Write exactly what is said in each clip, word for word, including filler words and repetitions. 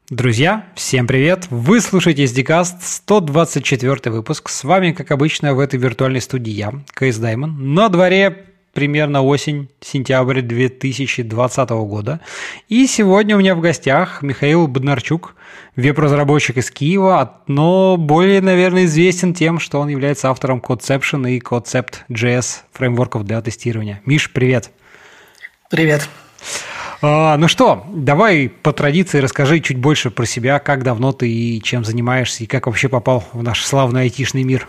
Друзья, всем привет! Вы слушаете эс ди каст, сто двадцать четвёртый выпуск. С вами, как обычно, в этой виртуальной студии я, КС Даймон. На дворе примерно осень, сентябрь две тысячи двадцатого года. И сегодня у меня в гостях Михаил Боднарчук, веб-разработчик из Киева, но более, наверное, известен тем, что он является автором Codeception и Concept.js фреймворков для тестирования. Миш, привет! Привет! А, ну что, давай по традиции расскажи чуть больше про себя, как давно ты и чем занимаешься, и как вообще попал в наш славный айтишный мир.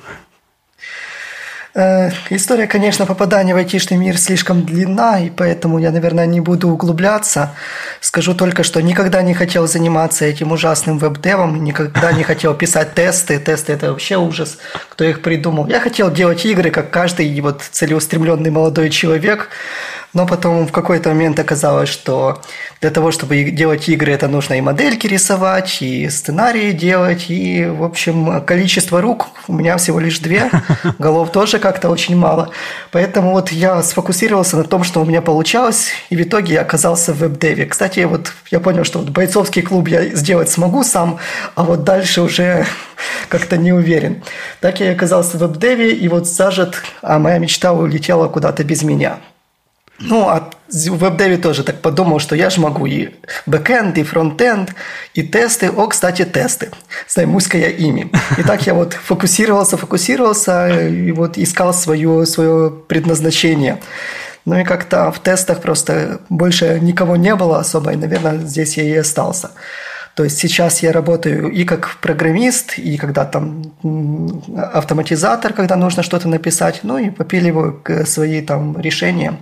Э, история, конечно, попадания в айтишный мир слишком длинна, и поэтому я, наверное, не буду углубляться. Скажу только, что никогда не хотел заниматься этим ужасным веб-девом, никогда не хотел писать тесты. Тесты – это вообще ужас, кто их придумал. Я хотел делать игры, как каждый вот целеустремленный молодой человек. Но потом в какой-то момент оказалось, что для того, чтобы делать игры, это нужно и модельки рисовать, и сценарии делать, и, в общем, количество рук у меня всего лишь две, голов тоже как-то очень мало. Поэтому вот я сфокусировался на том, что у меня получалось, и в итоге я оказался в веб-деве. Кстати, вот я понял, что вот бойцовский клуб я сделать смогу сам, а вот дальше уже как-то не уверен. Так я оказался в веб-деве, и вот зажат, а моя мечта улетела куда-то без меня. Ну, а в веб-деве тоже так подумал, что я же могу и бэкэнд, и фронтенд, и тесты. О, кстати, тесты. Займусь-ка я ими. И так я вот фокусировался, фокусировался, и вот искал свое, свое предназначение. Ну и как-то в тестах просто больше никого не было особо, и, наверное, здесь я и остался. То есть сейчас я работаю и как программист, и когда там автоматизатор, когда нужно что-то написать, ну и попиливаю свои там решения.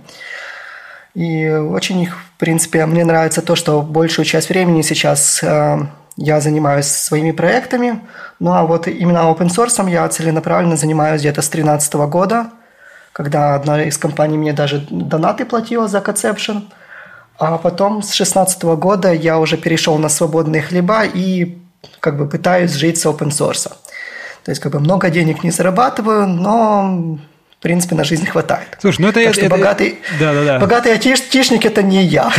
И очень, в принципе, мне нравится то, что большую часть времени сейчас э, я занимаюсь своими проектами, ну а вот именно open source я целенаправленно занимаюсь где-то с две тысячи тринадцатого года, когда одна из компаний мне даже донаты платила за Codeception, а потом с две тысячи шестнадцатого года я уже перешел на свободные хлеба и как бы пытаюсь жить с open source. То есть как бы много денег не зарабатываю, но... В принципе, на жизнь хватает. Слушай, ну это... Так это, что это, богатый, да, да, да. богатый айтишник – это не я.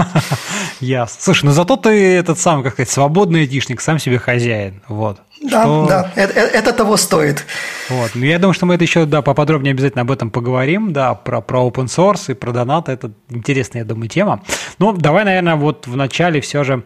Ясно. Слушай, ну зато ты этот самый, как сказать, свободный айтишник, сам себе хозяин. Вот. Да, что... да, это, это того стоит. Вот. Ну, я думаю, что мы это еще, да, поподробнее обязательно об этом поговорим, да, про, про open source и про донаты. Это интересная, я думаю, тема. Ну, давай, наверное, вот в начале все же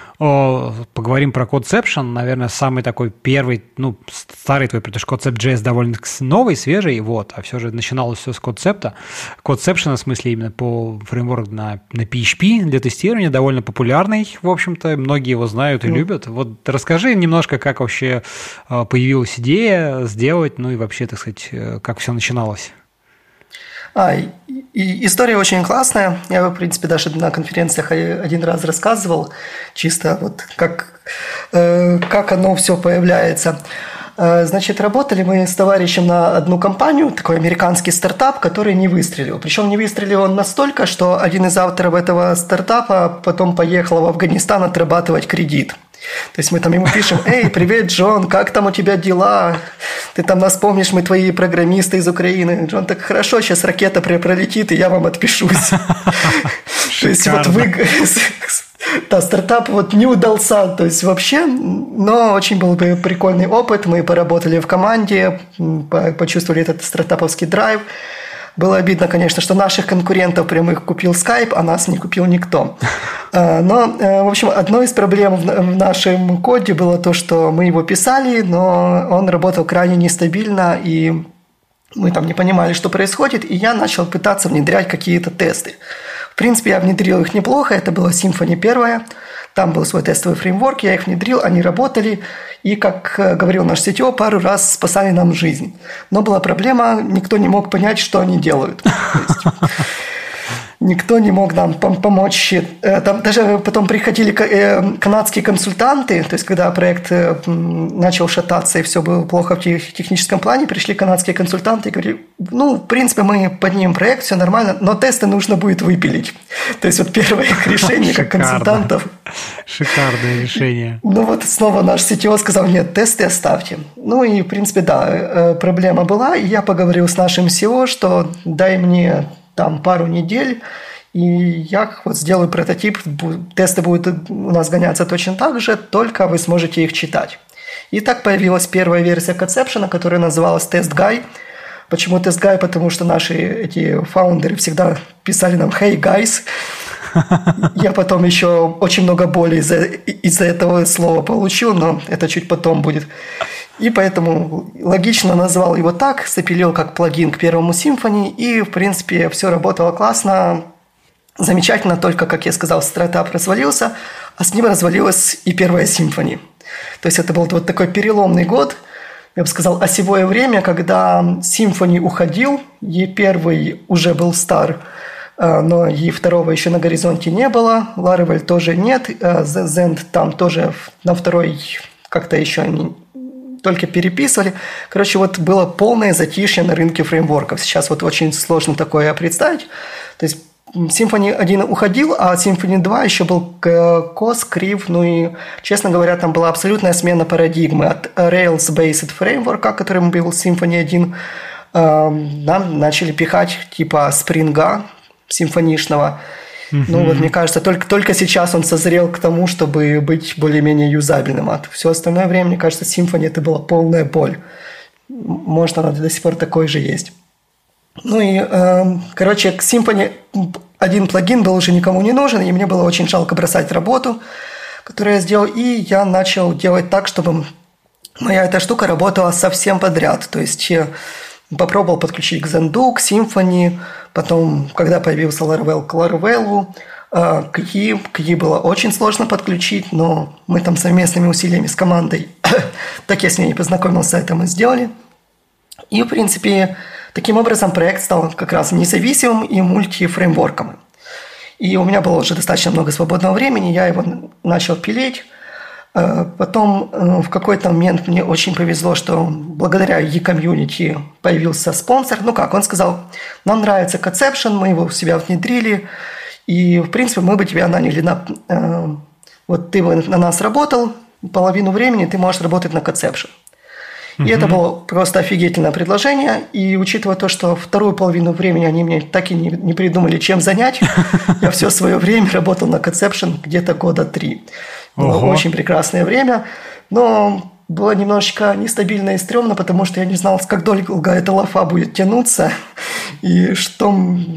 о, поговорим про Codeception. Наверное, самый такой первый, ну, старый твой, потому что Concept.js довольно новый, свежий, вот, а все же начиналось все с Concept. Conception, в смысле, именно по фреймворку на, на пи эйч пи для тестирования, довольно популярный, в общем-то, многие его знают и mm. любят. Вот расскажи немножко, как вообще появилась идея сделать, ну и вообще, так сказать, как все начиналось. А, и, и история очень классная. Я, в принципе, даже на конференциях один раз рассказывал, чисто вот как, э, как оно все появляется. Э, значит, работали мы с товарищем на одну компанию, такой американский стартап, который не выстрелил. Причем не выстрелил он настолько, что один из авторов этого стартапа потом поехал в Афганистан отрабатывать кредит. То есть мы там ему пишем: «Эй, привет, Джон, как там у тебя дела? Ты там нас помнишь, мы твои программисты из Украины». Джон так: «Хорошо, сейчас ракета пролетит, и я вам отпишусь». То есть вот вы... Да, стартап вот не удался, то есть вообще, но очень был бы прикольный опыт. Мы поработали в команде, почувствовали этот стартаповский драйв. Было обидно, конечно, что наших конкурентов прямых купил Skype, а нас не купил никто. Но, в общем, одной из проблем в нашем коде было то, что мы его писали, но он работал крайне нестабильно, и мы там не понимали, что происходит, и я начал пытаться внедрять какие-то тесты. В принципе, я внедрил их неплохо, это была Symfony первая, там был свой тестовый фреймворк, я их внедрил, они работали, и, как говорил наш си ти о, пару раз спасали нам жизнь. Но была проблема, никто не мог понять, что они делают. Никто не мог нам помочь. Там даже потом приходили канадские консультанты, то есть когда проект начал шататься и все было плохо в техническом плане, пришли канадские консультанты и говорили: ну, в принципе, мы поднимем проект, все нормально, но тесты нужно будет выпилить. То есть вот первое их решение как консультантов. Шикарное решение. Ну вот снова наш си ти о сказал: нет, тесты оставьте. Ну и в принципе, да, проблема была, и я поговорил с нашим си и о, что дай мне там пару недель, И я вот сделаю прототип, тесты будут у нас гоняться точно так же, только вы сможете их читать. И так появилась первая версия Conception, которая называлась TestGuy. Почему TestGuy? Потому что наши эти фаундеры всегда писали нам «Hey, guys!». Я потом еще очень много боли из-за, из-за этого слова получил, но это чуть потом будет. И поэтому логично назвал его так, запилил как плагин к первому Symfony, и, в принципе, все работало классно, замечательно, только, как я сказал, стартап развалился, а с ним развалилась и первая Symfony. То есть это был вот такой переломный год, я бы сказал, осевое время, когда Symfony уходил, и первый уже был стар, но и второго еще на горизонте не было, Laravel тоже нет, Zend там тоже на второй как-то еще не, только переписывали. Короче, вот было полное затишье на рынке фреймворков. Сейчас вот очень сложно такое представить. То есть Symfony один уходил, а Symfony два еще был кос, крив, ну и, честно говоря, там была абсолютная смена парадигмы от Rails-based фреймворка, которым был Symfony один, нам начали пихать типа спринга симфоничного. Mm-hmm. Ну вот, мне кажется, только, только сейчас он созрел к тому, чтобы быть более-менее юзабельным. А все остальное время, мне кажется, Symfony это была полная боль. Может, она до сих пор такой же есть. Ну и, э, короче, к Symfony один плагин был уже никому не нужен, и мне было очень жалко бросать работу, которую я сделал, и я начал делать так, чтобы моя эта штука работала совсем подряд. То есть я попробовал подключить к Zend, к Symfony, потом, когда появился Laravel, к Laravel, к И, к И было очень сложно подключить, но мы там совместными усилиями с командой, так я с ней не познакомился, это мы сделали. И, в принципе, таким образом проект стал как раз независимым и мультифреймворком. И у меня было уже достаточно много свободного времени, я его начал пилить. Потом в какой-то момент мне очень повезло, что благодаря E-комьюнити появился спонсор. Ну как, он сказал, нам нравится Conception, мы его в себя внедрили, и в принципе мы бы тебя наняли на... Вот ты бы на нас работал, половину времени ты можешь работать на Conception. И mm-hmm. это было просто офигительное предложение. И учитывая то, что вторую половину времени они мне так и не, не придумали, чем занять, я все свое время работал на Conception где-то года три. Было Ого. Очень прекрасное время, но было немножечко нестабильно и стрёмно, потому что я не знал, как долго эта лафа будет тянуться. И что...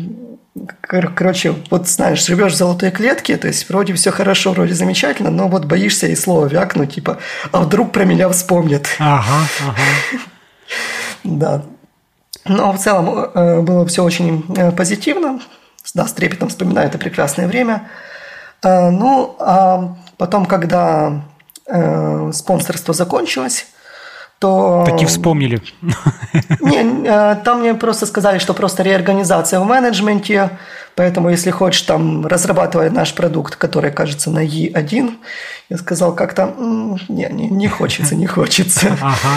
Короче, вот знаешь, живешь в золотой клетке, то есть вроде все хорошо, вроде замечательно, но вот боишься и слово вякнуть, типа, а вдруг про меня вспомнят. Ага, ага. Да. Но в целом было все очень позитивно. Да, с трепетом вспоминаю это прекрасное время. Ну, а потом, когда спонсорство закончилось, то... Таки вспомнили. Не, там мне просто сказали, что просто реорганизация в менеджменте, поэтому если хочешь там разрабатывать наш продукт, который, кажется, на И один, я сказал как-то, не, не, не хочется, не хочется.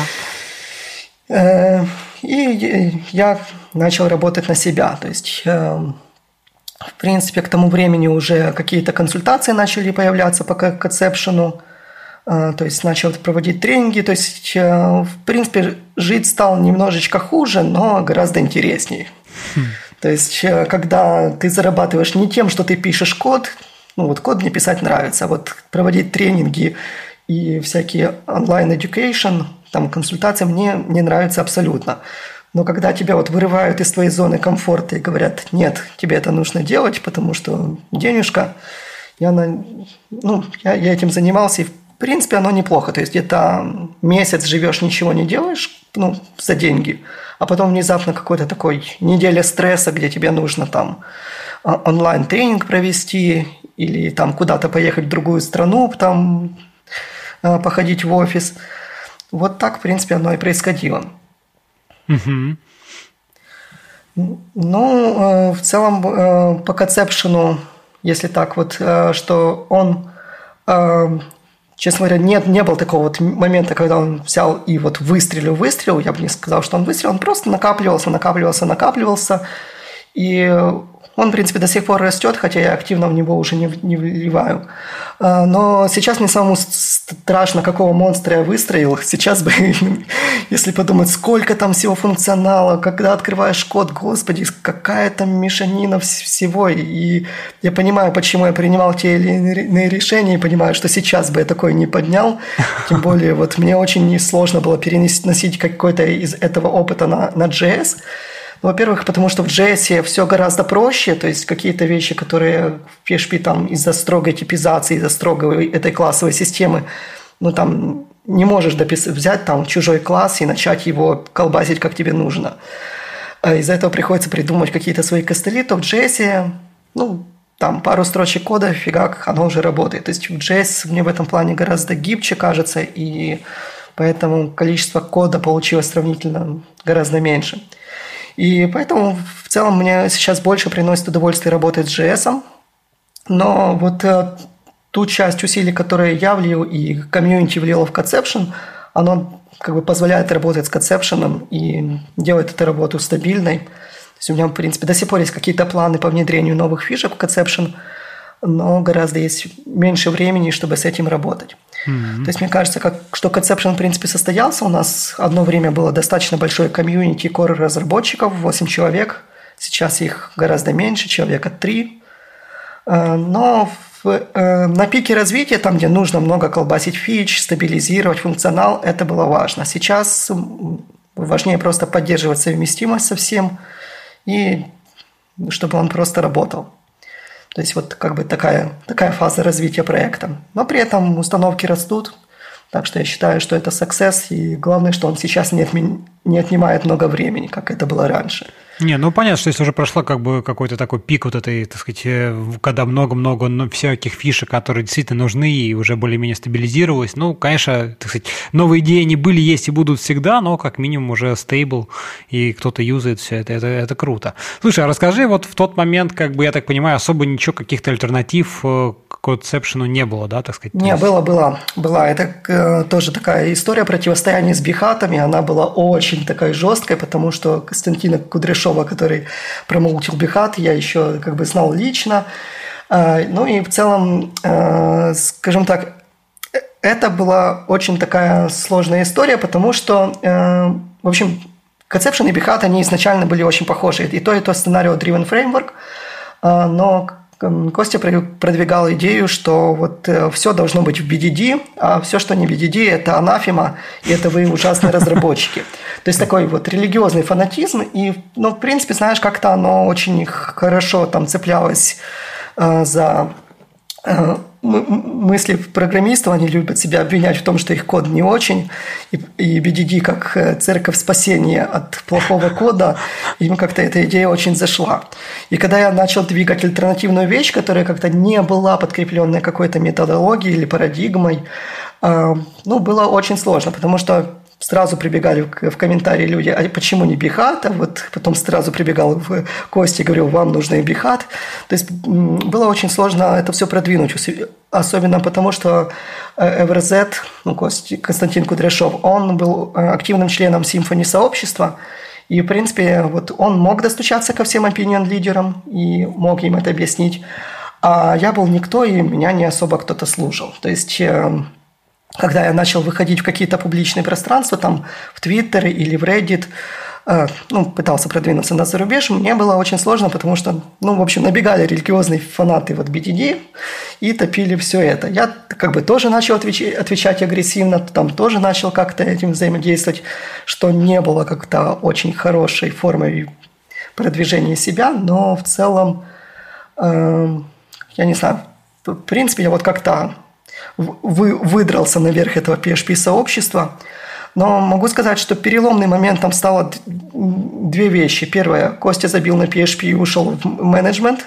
Ага. И я начал работать на себя, то есть, в принципе, к тому времени уже какие-то консультации начали появляться по Conception. То есть начал проводить тренинги, то есть, в принципе, жить стал немножечко хуже, но гораздо интереснее. Хм. То есть, когда ты зарабатываешь не тем, что ты пишешь код, ну вот код мне писать нравится, а вот проводить тренинги и всякие онлайн-education, там консультации мне не нравятся абсолютно. Но когда тебя вот вырывают из твоей зоны комфорта и говорят, нет, тебе это нужно делать, потому что денежка, я, на, ну, я, я этим занимался, и в принципе, оно неплохо. То есть, где-то месяц живешь, ничего не делаешь, ну, за деньги, а потом внезапно какой-то такой неделя стресса, где тебе нужно там онлайн-тренинг провести или там куда-то поехать в другую страну, там походить в офис. Вот так, в принципе, оно и происходило. Mm-hmm. Ну, в целом, по Conception, если так вот, что он... Честно говоря, нет, не было такого вот момента, когда он взял и вот выстрелил, выстрелил. Я бы не сказал, что он выстрелил. Он просто накапливался, накапливался, накапливался. И Он, в принципе, до сих пор растет, хотя я активно в него уже не, не вливаю. Но сейчас мне самому страшно, какого монстра я выстроил. Сейчас бы, если подумать, сколько там всего функционала, когда открываешь код, господи, какая там мешанина всего. И я понимаю, почему я принимал те или иные решения, и понимаю, что сейчас бы я такое не поднял. Тем более, вот мне очень сложно было переносить какой-то из этого опыта на, на джей эс. Во-первых, потому что в джей эс все гораздо проще, то есть какие-то вещи, которые в пи эйч пи там из-за строгой типизации, из-за строгой этой классовой системы, ну там не можешь допис- взять там чужой класс и начать его колбасить, как тебе нужно. Из-за этого приходится придумать какие-то свои костыли, то в джей эс, ну, там пару строчек кода, фигак, оно уже работает. То есть в джей эс мне в этом плане гораздо гибче кажется, и поэтому количество кода получилось сравнительно гораздо меньше. И поэтому в целом мне сейчас больше приносит удовольствие работать с джей эс. Но вот э, ту часть усилий, которые я влил и комьюнити влило в Conception, оно как бы позволяет работать с Conception и делает эту работу стабильной. То есть у меня, в принципе, до сих пор есть какие-то планы по внедрению новых фишек в Conception, но гораздо есть меньше времени, чтобы с этим работать. Mm-hmm. То есть мне кажется, как, что Conception, в принципе, состоялся. У нас одно время было достаточно большое комьюнити core-разработчиков, восемь человек. Сейчас их гораздо меньше, человека три. Но в, на пике развития, там, где нужно много колбасить фич, стабилизировать функционал, это было важно. Сейчас важнее просто поддерживать совместимость со всем и чтобы он просто работал. То есть вот как бы такая, такая фаза развития проекта. Но при этом установки растут, так что я считаю, что это success, и главное, что он сейчас не, отми... не отнимает много времени, как это было раньше. Не, ну понятно, что если уже прошла как бы какой-то такой пик вот этой, так сказать, когда много-много ну, всяких фишек, которые действительно нужны и уже более-менее стабилизировалось, ну, конечно, так сказать, новые идеи не были, есть и будут всегда, но как минимум уже стейбл, и кто-то юзает все это, это, это круто. Слушай, а расскажи, вот в тот момент, как бы, я так понимаю, особо ничего, каких-то альтернатив к Conception не было, да, так сказать? Не, есть... было, была, была. Это э, тоже такая история противостояния с бихатами, она была очень такая жесткая, потому что Константина Кудряшова, который промоутил бихат, я еще как бы знал лично. Ну и в целом, скажем так, это была очень такая сложная история, потому что, в общем, Conception и бихат, они изначально были очень похожи. И то, и то scenario-driven framework, но Костя продвигал идею, что вот все должно быть в би ди ди, а все, что не би ди ди, это анафема, и это вы ужасные разработчики. То есть такой вот религиозный фанатизм, и, ну, в принципе, знаешь, как-то оно очень хорошо там цеплялось э, за э, мысли программистов, они любят себя обвинять в том, что их код не очень, и, и би ди ди как церковь спасения от плохого кода, им как-то эта идея очень зашла. И когда я начал двигать альтернативную вещь, которая как-то не была подкрепленной какой-то методологией или парадигмой, ну, было очень сложно, потому что сразу прибегали в комментарии люди, а почему не бихат? А вот потом сразу прибегал в Кости и говорил, вам нужно и бихат. То есть было очень сложно это все продвинуть, особенно потому, что Everz, ну, Константин Кудряшов, он был активным членом Symfony сообщества, и, в принципе, вот он мог достучаться ко всем opinion-лидерам и мог им это объяснить, а я был никто, и меня не особо кто-то слушал. То есть... Когда я начал выходить в какие-то публичные пространства, там в Твиттер или в Reddit, э, ну, пытался продвинуться на зарубеж, мне было очень сложно, потому что, ну, в общем, набегали религиозные фанаты вот би ди ди и топили все это. Я как бы тоже начал отвеч- отвечать агрессивно, там тоже начал как-то этим взаимодействовать, что не было как-то очень хорошей формой продвижения себя, но в целом, э, я не знаю, в принципе, я вот как-то Вы, выдрался наверх этого пи эйч пи-сообщества. Но могу сказать, что переломным моментом стало две вещи. Первое, Костя забил на пи эйч пи и ушел в менеджмент.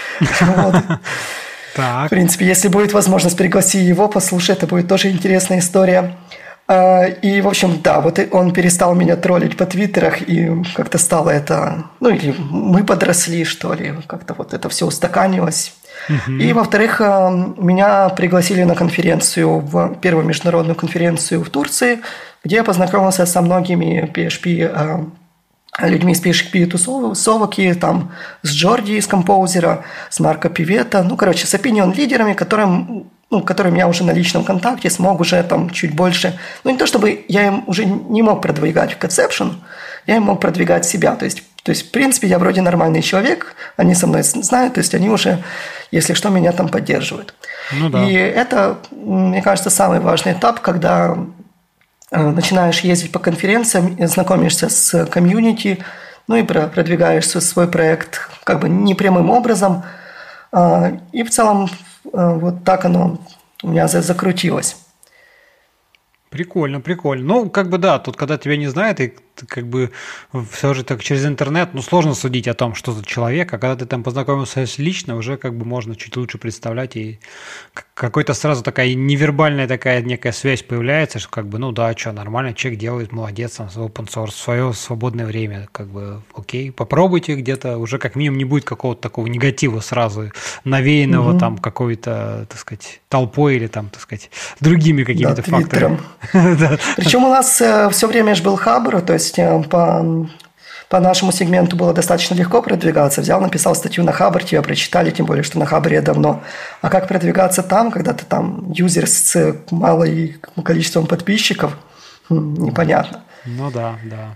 В принципе, если будет возможность, пригласи его, послушай, это будет тоже интересная история. И, в общем, да, вот он перестал меня троллить по твиттерах, и как-то стало это... Ну, или мы подросли, что ли, как-то вот это все устаканилось. Uh-huh. И, во-вторых, меня пригласили на конференцию, в первую международную конференцию в Турции, где я познакомился со многими пи эйч пи людьми с пи эйч пи тусовок, и там с Джорди из Композера, с Марко Пивета, ну, короче, с opinion-лидерами, которым, ну, которым я уже на личном контакте смог уже там чуть больше, ну, не то чтобы я им уже не мог продвигать в Conception, я им мог продвигать себя, то есть, то есть, в принципе, я вроде нормальный человек, они со мной знают, то есть, они уже, если что, меня там поддерживают. Ну, да. И это, мне кажется, самый важный этап, когда начинаешь ездить по конференциям, знакомишься с комьюнити, ну и продвигаешь свой проект как бы непрямым образом. И в целом вот так оно у меня закрутилось. Прикольно, прикольно. Ну, как бы да, тут когда тебя не знают, и ты как бы все же так через интернет, ну, сложно судить о том, что за человек, а когда ты там познакомился лично, уже как бы можно чуть лучше представлять, и какой-то сразу такая невербальная такая некая связь появляется, что как бы, ну да, что, нормально, человек делает, молодец, там, open source, в свое свободное время, как бы, окей, попробуйте где-то, уже как минимум не будет какого-то такого негатива сразу, навеянного угу. там какой-то, так сказать, толпой или там, так сказать, другими какими-то да, факторами. Причем у нас все время же был Хабр, то есть по, по нашему сегменту было достаточно легко продвигаться. Взял, написал статью на Хабр, тебя прочитали, тем более, что на Хабре я давно. А как продвигаться там, когда ты там юзер с малым количеством подписчиков, непонятно. Ну да, да.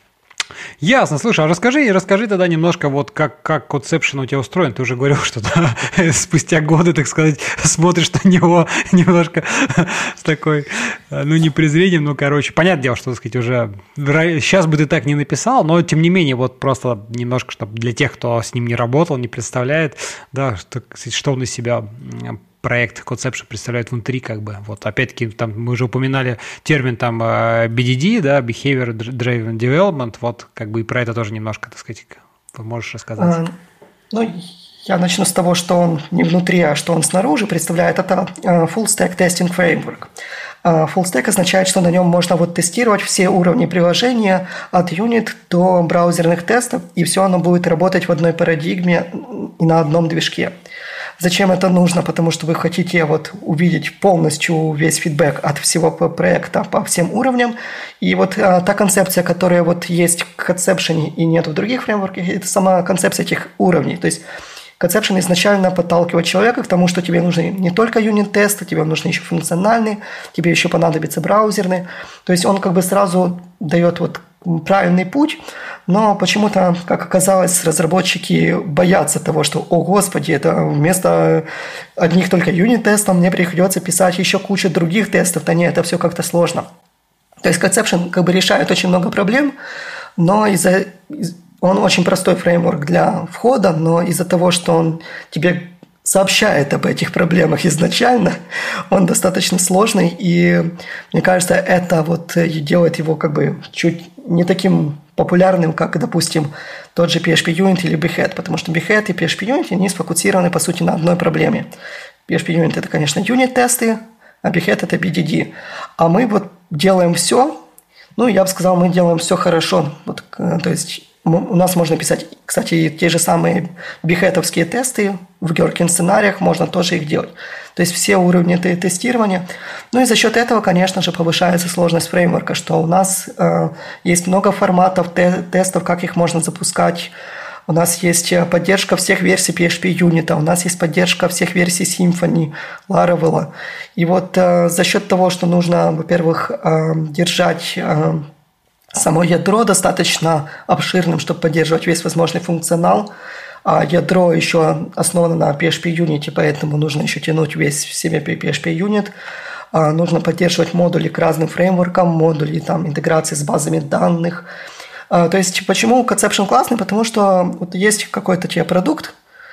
Ясно. Слушай, а расскажи, расскажи тогда немножко, вот как, как Conception у тебя устроен. Ты уже говорил, что да, спустя годы, так сказать, смотришь на него немножко с такой, ну, не презрением, ну, короче, понятное дело, что, так сказать, уже сейчас бы ты так не написал, но, тем не менее, вот просто немножко, чтобы для тех, кто с ним не работал, не представляет, да, что, что он из себя проект Conception представляет внутри, как бы, вот, опять-таки, там, мы уже упоминали термин, там, би ди ди, да, Behavior Driven Development, вот, как бы, и про это тоже немножко, так сказать, можешь рассказать? А, ну, я начну с того, что он не внутри, а что он снаружи представляет, это Full Stack Testing Framework. Full Stack означает, что на нем можно вот тестировать все уровни приложения от юнит до браузерных тестов, и все оно будет работать в одной парадигме и на одном движке. Зачем это нужно? Потому что вы хотите вот увидеть полностью весь фидбэк от всего проекта по всем уровням. И вот а, та концепция, которая вот есть в Conception и нет в других фреймворках, это сама концепция этих уровней. То есть Conception изначально подталкивает человека к тому, что тебе нужны не только юнит-тесты, тебе нужны еще функциональные, тебе еще понадобится браузерные. То есть он как бы сразу дает вот правильный путь, но почему-то, как оказалось, разработчики боятся того, что, о господи, это вместо одних только юнит-тестов мне приходится писать еще кучу других тестов, да нет, это все как-то сложно. То есть Conception как бы решает очень много проблем, но из-за он очень простой фреймворк для входа, но из-за того, что он тебе сообщает об этих проблемах изначально, он достаточно сложный, и мне кажется, это вот делает его как бы чуть не таким популярным, как, допустим, тот же пи эйч пи Unit или Behead, потому что Behead и пи эйч пи Unit, они сфокусированы, по сути, на одной проблеме. пи эйч пи Unit – это, конечно, юнит-тесты, а Behead – это би ди ди. А мы вот делаем все, ну, я бы сказал, мы делаем все хорошо, вот, то есть у нас можно писать, кстати, те же самые бихетовские тесты в Gherkin сценариях, можно тоже их делать. То есть все уровни тестирования. Ну и за счет этого, конечно же, повышается сложность фреймворка, что у нас э, есть много форматов те- тестов, как их можно запускать. У нас есть поддержка всех версий пи эйч пи Unit, у нас есть поддержка всех версий Symfony, Laravel. И вот э, за счет того, что нужно, во-первых, э, держать э, само ядро достаточно обширным, чтобы поддерживать весь возможный функционал, а ядро еще основано на пи эйч пи Unit, поэтому нужно еще тянуть весь в себе пи эйч пи Unit. А, нужно поддерживать модули к разным фреймворкам, модули там, интеграции с базами данных. А, то есть почему Conception классный? Потому что вот есть какой-то тебе продукт,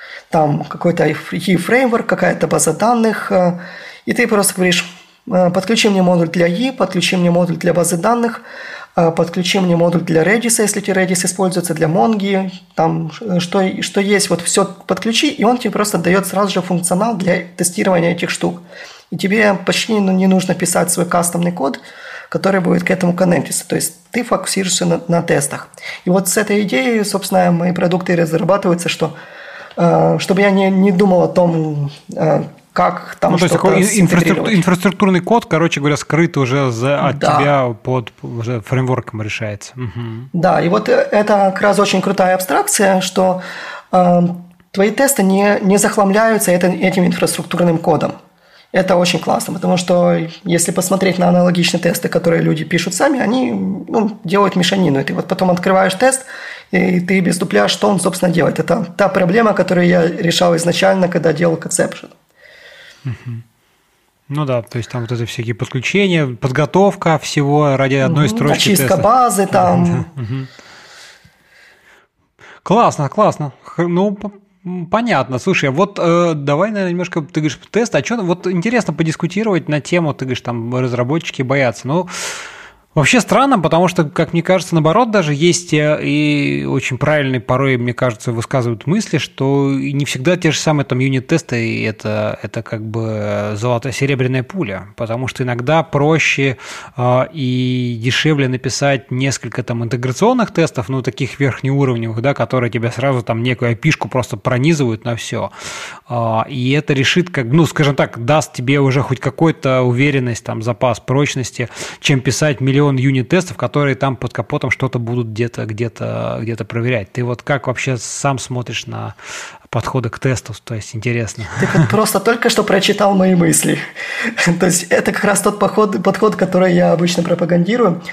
там какой-то E-фреймворк, какая-то база данных, и ты просто говоришь, подключи мне модуль для E, подключи мне модуль для базы данных, подключи мне модуль для Redis, если тебе Redis используется, для Mongo, там, что, что есть, вот все подключи, и он тебе просто дает сразу же функционал для тестирования этих штук. И тебе почти не нужно писать свой кастомный код, который будет к этому коннектиться. То есть ты фокусируешься на, на тестах. И вот с этой идеей, собственно, мои продукты разрабатываются, что, э, чтобы я не, не думал о том, э, как там ну, что-то то есть такой инфраструктур, инфраструктурный код, короче говоря, скрыт уже за, от да. тебя под уже фреймворком решается. Угу. Да, и вот это как раз очень крутая абстракция, что э, твои тесты не, не захламляются это, этим инфраструктурным кодом. Это очень классно, потому что если посмотреть на аналогичные тесты, которые люди пишут сами, они ну, делают мешанину. И ты вот потом открываешь тест, и ты без дупля, что он, собственно, делает. Это та проблема, которую я решал изначально, когда делал Conception. Ну да, то есть там вот это всякие подключения, подготовка всего ради одной угу, строчки очистка теста. базы там. Угу. Классно, классно. Ну, понятно. Слушай, вот э, давай, наверное, немножко, ты говоришь, тест, а что, вот интересно подискутировать на тему, ты говоришь, там разработчики боятся. Ну, вообще странно, потому что, как мне кажется, наоборот, даже есть и очень правильные, порой, мне кажется, высказывают мысли, что не всегда те же самые там юнит-тесты, это, это как бы золотая серебряная пуля, потому что иногда проще э, и дешевле написать несколько там интеграционных тестов, ну, таких верхнеуровневых, да, которые тебя сразу там некую ай пи-шку просто пронизывают на все. Э, и это решит, как, ну, скажем так, даст тебе уже хоть какую-то уверенность, там, запас прочности, чем писать миллион юнит-тестов, которые там под капотом что-то будут где-то, где-то, где-то проверять. Ты вот как вообще сам смотришь на подходы к тесту? То есть интересно. Ты просто только что прочитал мои мысли. То есть это как раз тот подход, подход, который я обычно пропагандирую.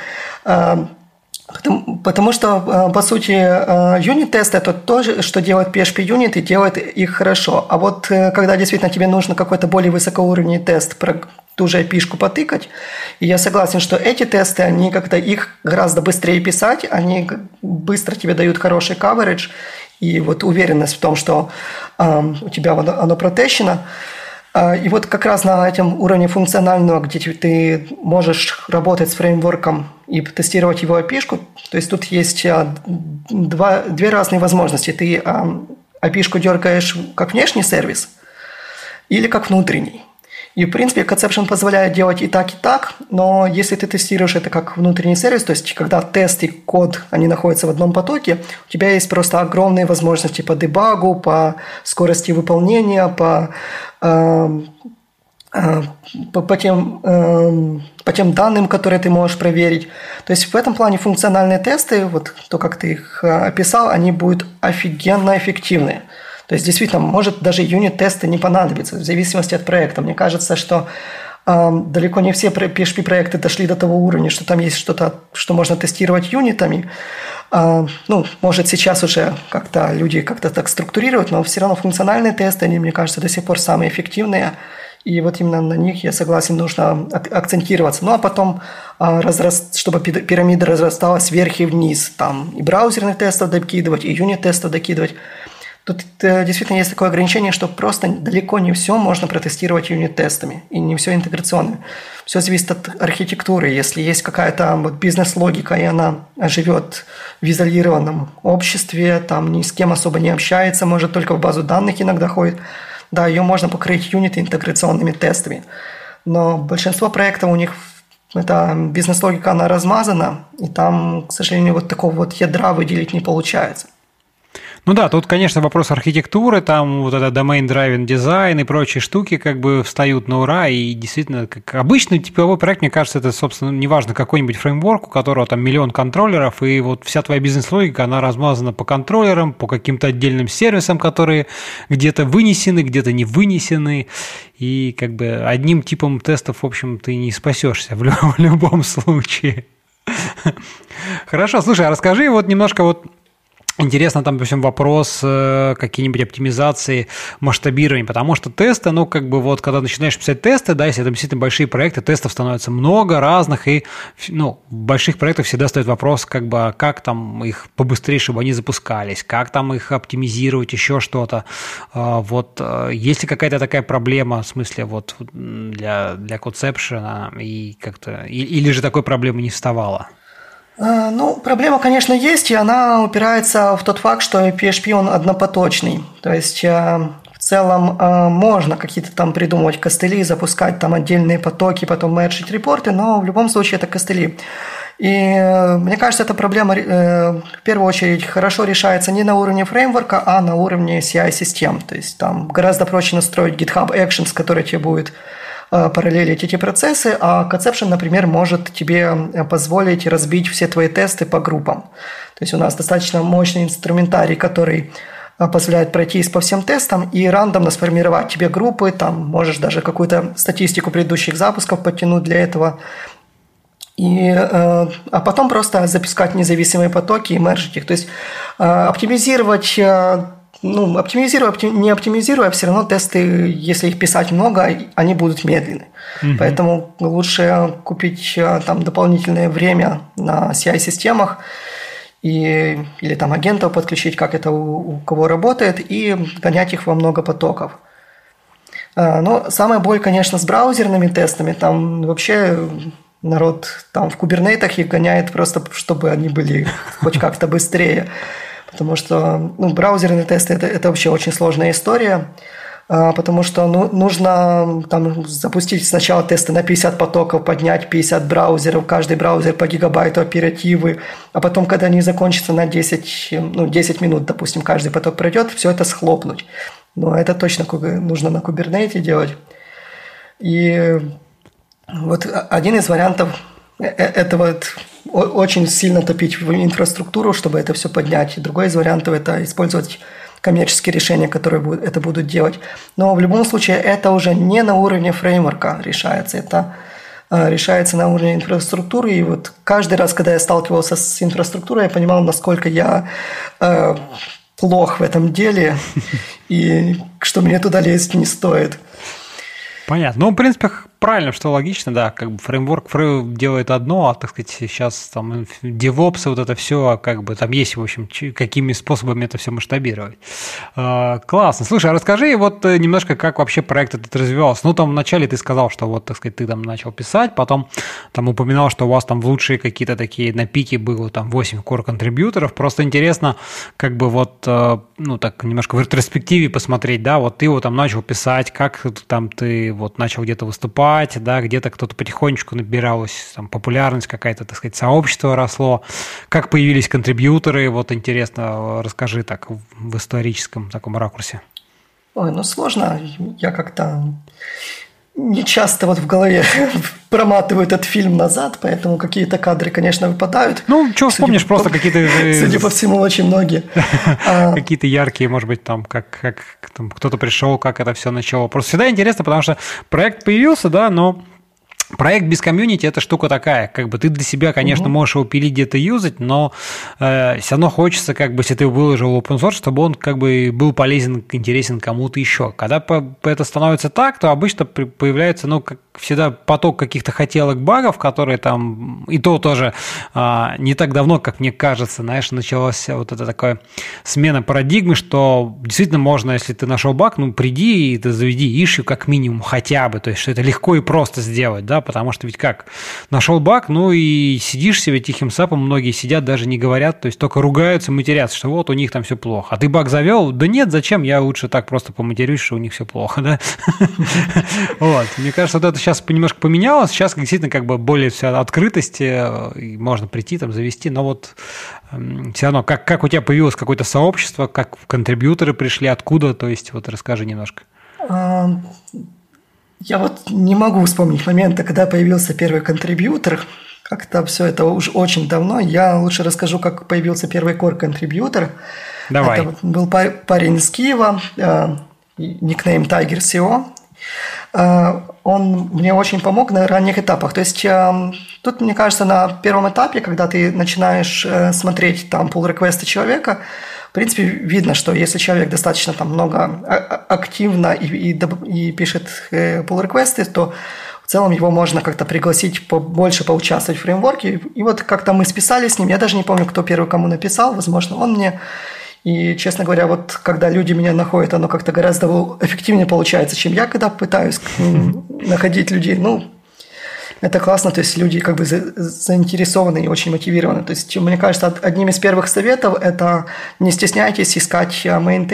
Потому, потому что, по сути, юнит-тест – это то, что делает пи эйч пи-юнит и делает их хорошо. А вот когда действительно тебе нужно какой-то более высокоуровневый тест про ту же ай пи-шку потыкать, и я согласен, что эти тесты, они как-то их гораздо быстрее писать, они быстро тебе дают хороший coverage и вот уверенность в том, что э, у тебя оно, оно протещено. И вот как раз на этом уровне функционального, где ты можешь работать с фреймворком и тестировать его ай пи-шку, то есть тут есть два, две разные возможности. Ты ай пи-шку дергаешь как внешний сервис или как внутренний. И, в принципе, Conception позволяет делать и так, и так, но если ты тестируешь это как внутренний сервис, то есть когда тест и код, они находятся в одном потоке, у тебя есть просто огромные возможности по дебагу, по скорости выполнения, по, э, э, по, по, тем, э, по тем данным, которые ты можешь проверить. То есть в этом плане функциональные тесты, вот то, как ты их описал, они будут офигенно эффективны. То есть, действительно, может даже юнит-тесты не понадобятся, в зависимости от проекта. Мне кажется, что э, далеко не все пи эйч пи-проекты дошли до того уровня, что там есть что-то, что можно тестировать юнитами. Э, ну, может, сейчас уже как-то люди как-то так структурируют, но все равно функциональные тесты, они, мне кажется, до сих пор самые эффективные. И вот именно на них, я согласен, нужно акцентироваться. Ну, а потом, э, разраст, чтобы пирамида разрасталась вверх и вниз, там и браузерных тестов докидывать, и юнит-тестов докидывать. Тут действительно есть такое ограничение, что просто далеко не все можно протестировать юнит-тестами, и не все интеграционно. Все зависит от архитектуры. Если есть какая-то вот бизнес-логика, и она живет в изолированном обществе, там ни с кем особо не общается, может только в базу данных иногда ходит, да, ее можно покрыть юниты интеграционными тестами. Но большинство проектов у них эта бизнес-логика, она размазана, и там, к сожалению, вот такого вот ядра выделить не получается. Ну да, тут, конечно, вопрос архитектуры, там вот это domain driven design и прочие штуки как бы встают на ура, и действительно, как обычный типовой проект, мне кажется, это, собственно, неважно, какой-нибудь фреймворк, у которого там миллион контроллеров, и вот вся твоя бизнес-логика, она размазана по контроллерам, по каким-то отдельным сервисам, которые где-то вынесены, где-то не вынесены, и как бы одним типом тестов, в общем, ты не спасешься в любом случае. Хорошо, слушай, а расскажи вот немножко вот. Интересно, там, допустим, вопрос э, какие-нибудь оптимизации, масштабирования, потому что тесты, ну, как бы вот, когда начинаешь писать тесты, да, если это действительно большие проекты, тестов становится много разных, и, ну, в больших проектах всегда стоит вопрос, как бы, как там их побыстрее, чтобы они запускались, как там их оптимизировать, еще что-то. Э, вот, э, есть ли какая-то такая проблема, в смысле, вот, для, для Conception, и как-то, и, или же такой проблемы не вставало? Ну, проблема, конечно, есть, и она упирается в тот факт, что пи эйч пи, он однопоточный. То есть, в целом, можно какие-то там придумывать костыли, запускать там отдельные потоки, потом мерджить репорты, но в любом случае это костыли. И мне кажется, эта проблема в первую очередь хорошо решается не на уровне фреймворка, а на уровне си ай-систем. То есть там гораздо проще настроить GitHub Actions, который тебе будет параллелить эти процессы, а Conception, например, может тебе позволить разбить все твои тесты по группам. То есть у нас достаточно мощный инструментарий, который позволяет пройтись по всем тестам и рандомно сформировать тебе группы, там можешь даже какую-то статистику предыдущих запусков подтянуть для этого, и, э, а потом просто запускать независимые потоки и мержить их. То есть э, оптимизировать, э, ну, оптимизируя, опти, не оптимизируя, все равно тесты, если их писать много, они будут медленны. Mm-hmm. Поэтому лучше купить э, там дополнительное время на си ай-системах, И, или там агентов подключить, как это у, у кого работает, и гонять их во много потоков. Но самая боль, конечно, с браузерными тестами. Там вообще народ там в кубернетах их гоняет просто, чтобы они были хоть как-то быстрее. Потому что ну, браузерные тесты это, – это вообще очень сложная история. Потому что ну, нужно там, запустить сначала тесты на пятьдесят потоков, поднять пятьдесят браузеров, каждый браузер по гигабайту оперативы, а потом, когда они закончатся на десять, ну, десять минут, допустим, каждый поток пройдет, все это схлопнуть. Но это точно нужно на Kubernetes делать. И вот один из вариантов – это вот очень сильно топить в инфраструктуру, чтобы это все поднять. И другой из вариантов – это использовать коммерческие решения, которые будут, это будут делать. Но в любом случае это уже не на уровне фреймворка решается, это э, решается на уровне инфраструктуры. И вот каждый раз, когда я сталкивался с инфраструктурой, я понимал, насколько я э, плох в этом деле, и что мне туда лезть не стоит. Понятно. Ну, в принципе, правильно, что логично, да, как бы фреймворк фрейм делает одно, а, так сказать, сейчас там DevOps, вот это все, как бы там есть, в общем, какими способами это все масштабировать. А, классно. Слушай, а расскажи вот немножко, как вообще проект этот развивался. Ну, там вначале ты сказал, что вот, так сказать, ты там начал писать, потом там упоминал, что у вас там в лучшие какие-то такие, на пике было там восемь core-контрибьюторов. Просто интересно, как бы вот, ну, так немножко в ретроспективе посмотреть, да, вот ты его там начал писать, как там ты вот начал где-то выступать, да, где-то кто-то потихонечку набиралась там, популярность какая-то, так сказать, сообщество росло. Как появились контрибьюторы? Вот интересно, расскажи так в историческом таком ракурсе. Ой, ну сложно. Я как-то не часто вот в голове проматываю этот фильм назад, поэтому какие-то кадры, конечно, выпадают. Ну, что вспомнишь, просто какие-то... Судя по всему, очень многие. Какие-то яркие, может быть, там, как кто-то пришел, как это все начало. Просто всегда интересно, потому что проект появился, да, но... Проект без комьюнити – это штука такая, как бы ты для себя, конечно, угу. можешь его пилить где-то юзать, но э, все равно хочется, как бы, если ты выложил open source, чтобы он как бы был полезен, интересен кому-то еще. Когда по, это становится так, то обычно появляется, ну, как всегда, поток каких-то хотелок багов, которые там, и то тоже э, не так давно, как мне кажется, знаешь, началась вот эта такая смена парадигмы, что действительно можно, если ты нашел баг, ну, приди и ты заведи issue как минимум хотя бы, то есть, что это легко и просто сделать, да, потому что ведь как, нашел баг, ну и сидишь себе тихим сапом, многие сидят, даже не говорят, то есть только ругаются, матерятся, что вот у них там все плохо. А ты баг завел? Да нет, зачем? Я лучше так просто поматерюсь, что у них все плохо, да? Вот. Мне кажется, вот это сейчас немножко поменялось, сейчас действительно как бы более вся открытости, можно прийти там, завести, но вот все равно, как, как у тебя появилось какое-то сообщество, как контрибьюторы пришли, откуда, то есть вот расскажи немножко. Я вот не могу вспомнить момента, когда появился первый контрибьютор. Как-то все это уже очень давно. Я лучше расскажу, как появился первый core-контрибьютор. Давай. Это был парень из Киева, никнейм Tiger си и о. Он мне очень помог на ранних этапах. То есть тут, мне кажется, на первом этапе, когда ты начинаешь смотреть там pull-реквесты человека, в принципе, видно, что если человек достаточно там много активно и, и, и пишет pull-реквесты, то в целом его можно как-то пригласить побольше поучаствовать в фреймворке. И вот как-то мы списались с ним. Я даже не помню, кто первый кому написал. Возможно, он мне. И, честно говоря, вот когда люди меня находят, оно как-то гораздо эффективнее получается, чем я, когда пытаюсь находить людей. Ну, это классно, то есть люди как бы заинтересованы и очень мотивированы. То есть, мне кажется, одним из первых советов – это не стесняйтесь искать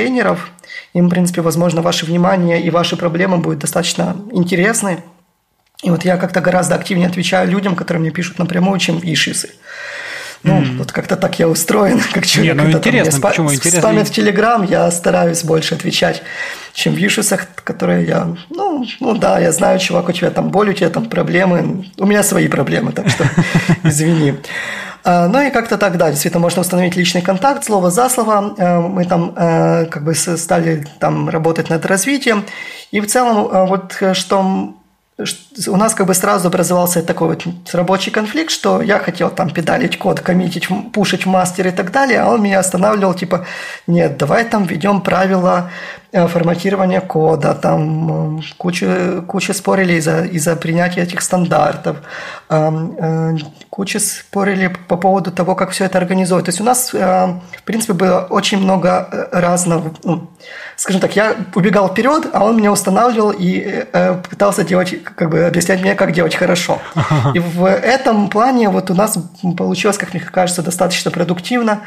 мейнтейнеров. Им, в принципе, возможно, ваше внимание и ваши проблемы будут достаточно интересны. И вот я как-то гораздо активнее отвечаю людям, которые мне пишут напрямую, чем в issues. Ну, mm. вот как-то так я устроен, как человек. Не, ну интересно, спа- почему интересно? Спамят в Телеграм, я стараюсь больше отвечать, чем в ишусах, которые я... Ну, ну да, я знаю, чувак, у тебя там боль, у тебя там проблемы. У меня свои проблемы, так что извини. Ну и как-то так, да, действительно, можно установить личный контакт, слово за слово. Мы там как бы стали там работать над развитием. И в целом вот что... у нас как бы сразу образовался такой вот рабочий конфликт, что я хотел там педалить код, коммитить, пушить в мастер и так далее, а он меня останавливал, типа, нет, давай там введем правила форматирования кода, там куча, куча спорили из-за, из-за принятия этих стандартов, куча спорили по поводу того, как все это организовать. То есть у нас, в принципе, было очень много разного, ну, скажем так, я убегал вперед, а он меня устанавливал и пытался делать, как бы объяснять мне, как делать хорошо. И в этом плане вот у нас получилось, как мне кажется, достаточно продуктивно,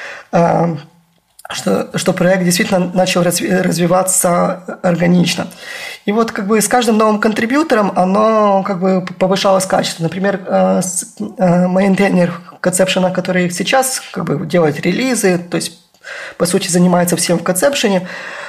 что, что проект действительно начал развиваться органично. И вот как бы с каждым новым контрибьютором оно как бы повышалось качество. Например, мейнтейнер Conception, который сейчас как бы делает релизы, то есть по сути занимается всем в Conception,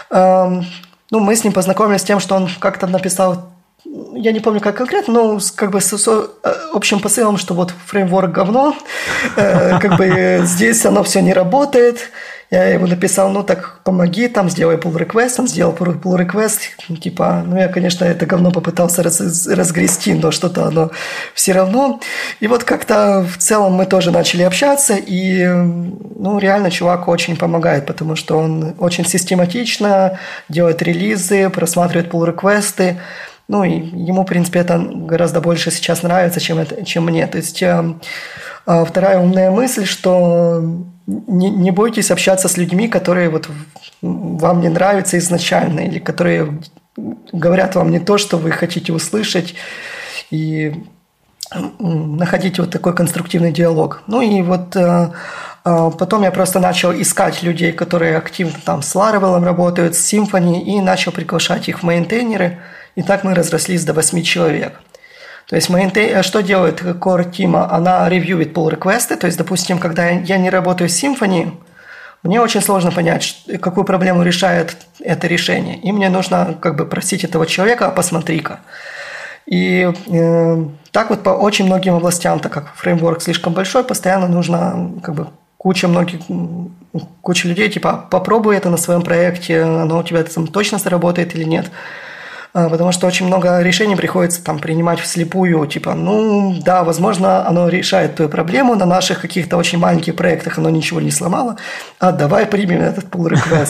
ну, мы с ним познакомились с тем, что он как-то написал, я не помню, как конкретно, но как бы с, с общим посылом, что вот фреймворк говно, как бы здесь оно все не работает. Я ему написал, ну так помоги, там сделай pull request, он сделал pull request, типа, ну я, конечно, это говно попытался раз, разгрести, но что-то оно все равно. И вот как-то в целом мы тоже начали общаться, и, ну, реально чувак очень помогает, потому что он очень систематично делает релизы, просматривает pull requesты. Ну, и ему, в принципе, это гораздо больше сейчас нравится, чем, это, чем мне. То есть, э, э, вторая умная мысль, что не, не бойтесь общаться с людьми, которые вот вам не нравятся изначально, или которые говорят вам не то, что вы хотите услышать, и находите вот такой конструктивный диалог. Ну, и вот... Э, Потом я просто начал искать людей, которые активно там с Laravel работают, с Symfony, и начал приглашать их в мейнтейнеры. И так мы разрослись до восьми человек. То есть мейнтейн... что делает core team? Она ревьюет pull реквесты. То есть, допустим, когда я не работаю с Symfony, мне очень сложно понять, какую проблему решает это решение. И мне нужно как бы просить этого человека, а посмотри-ка. И э, так вот по очень многим областям, так как фреймворк слишком большой, постоянно нужно как бы куча многих, куча людей, типа, попробуй это на своем проекте, оно у тебя там точно сработает или нет. Потому что очень много решений приходится там принимать вслепую, типа, ну, да, возможно, оно решает твою проблему, на наших каких-то очень маленьких проектах оно ничего не сломало, а давай примем этот pull request.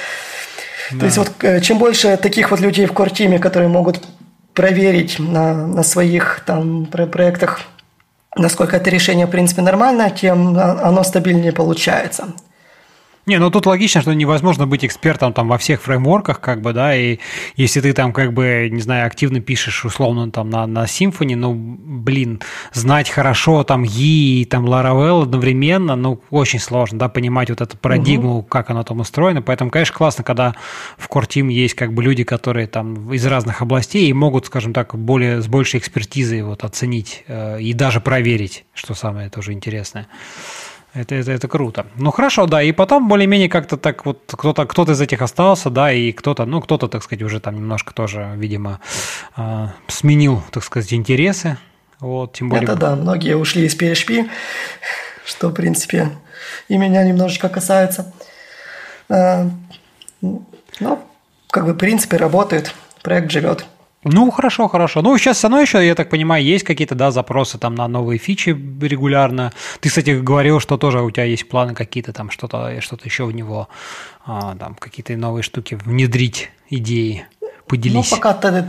То есть вот чем больше таких вот людей в core-тиме, которые могут проверить на, на своих там проектах, насколько это решение, в принципе, нормально, тем оно стабильнее получается. Не, ну тут логично, что невозможно быть экспертом там во всех фреймворках, как бы, да, и если ты там, как бы, не знаю, активно пишешь, условно, там, на, на Symfony, ну, блин, знать хорошо там и там Laravel одновременно, ну, очень сложно, да, понимать вот эту парадигму, угу. как оно там устроено, поэтому, конечно, классно, когда в Core Team есть, как бы, люди, которые там из разных областей и могут, скажем так, более, с большей экспертизой вот оценить э, и даже проверить, что самое тоже интересное. Это, это, это круто. Ну, хорошо, да, и потом более-менее как-то так вот кто-то, кто-то из этих остался, да, и кто-то, ну, кто-то, так сказать, уже там немножко тоже, видимо, э, сменил, так сказать, интересы. Вот, тем более... Это да, многие ушли из пи эйч пи, что, в принципе, и меня немножечко касается. Э, ну, как бы, в принципе, работает, проект живет. Ну, хорошо, хорошо. Ну, сейчас все равно еще, я так понимаю, есть какие-то, да, запросы там на новые фичи регулярно. Ты, кстати, говорил, что тоже у тебя есть планы какие-то там, что-то, что-то еще в него, а, там, какие-то новые штуки внедрить, идеи. Поделись. Ну, пока-то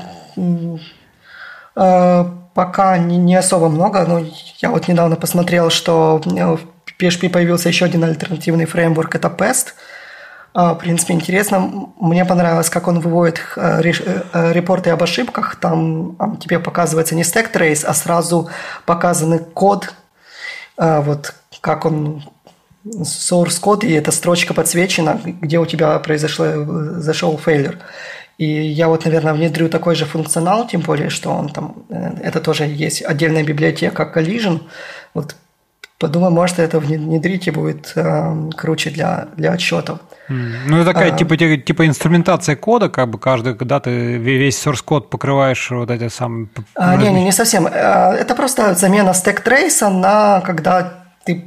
э, пока не, не особо много. Но я вот недавно посмотрел, что в пи эйч пи появился еще один альтернативный фреймворк, это пест. В принципе, интересно. Мне понравилось, как он выводит репорты об ошибках. Там тебе показывается не stack trace, а сразу показанный код, вот как он, source код, и эта строчка подсвечена, где у тебя произошел, зашел фейлер. И я вот, наверное, внедрю такой же функционал, тем более, что он там, это тоже есть отдельная библиотека Collision. Вот подумаю, может, это внедрить и будет э, круче для, для отчетов. Mm. Ну, это такая а, типа, типа инструментация кода, как бы каждый, когда ты весь source код покрываешь вот эти самые... А, не, не, не совсем. Это просто замена stack trace на когда ты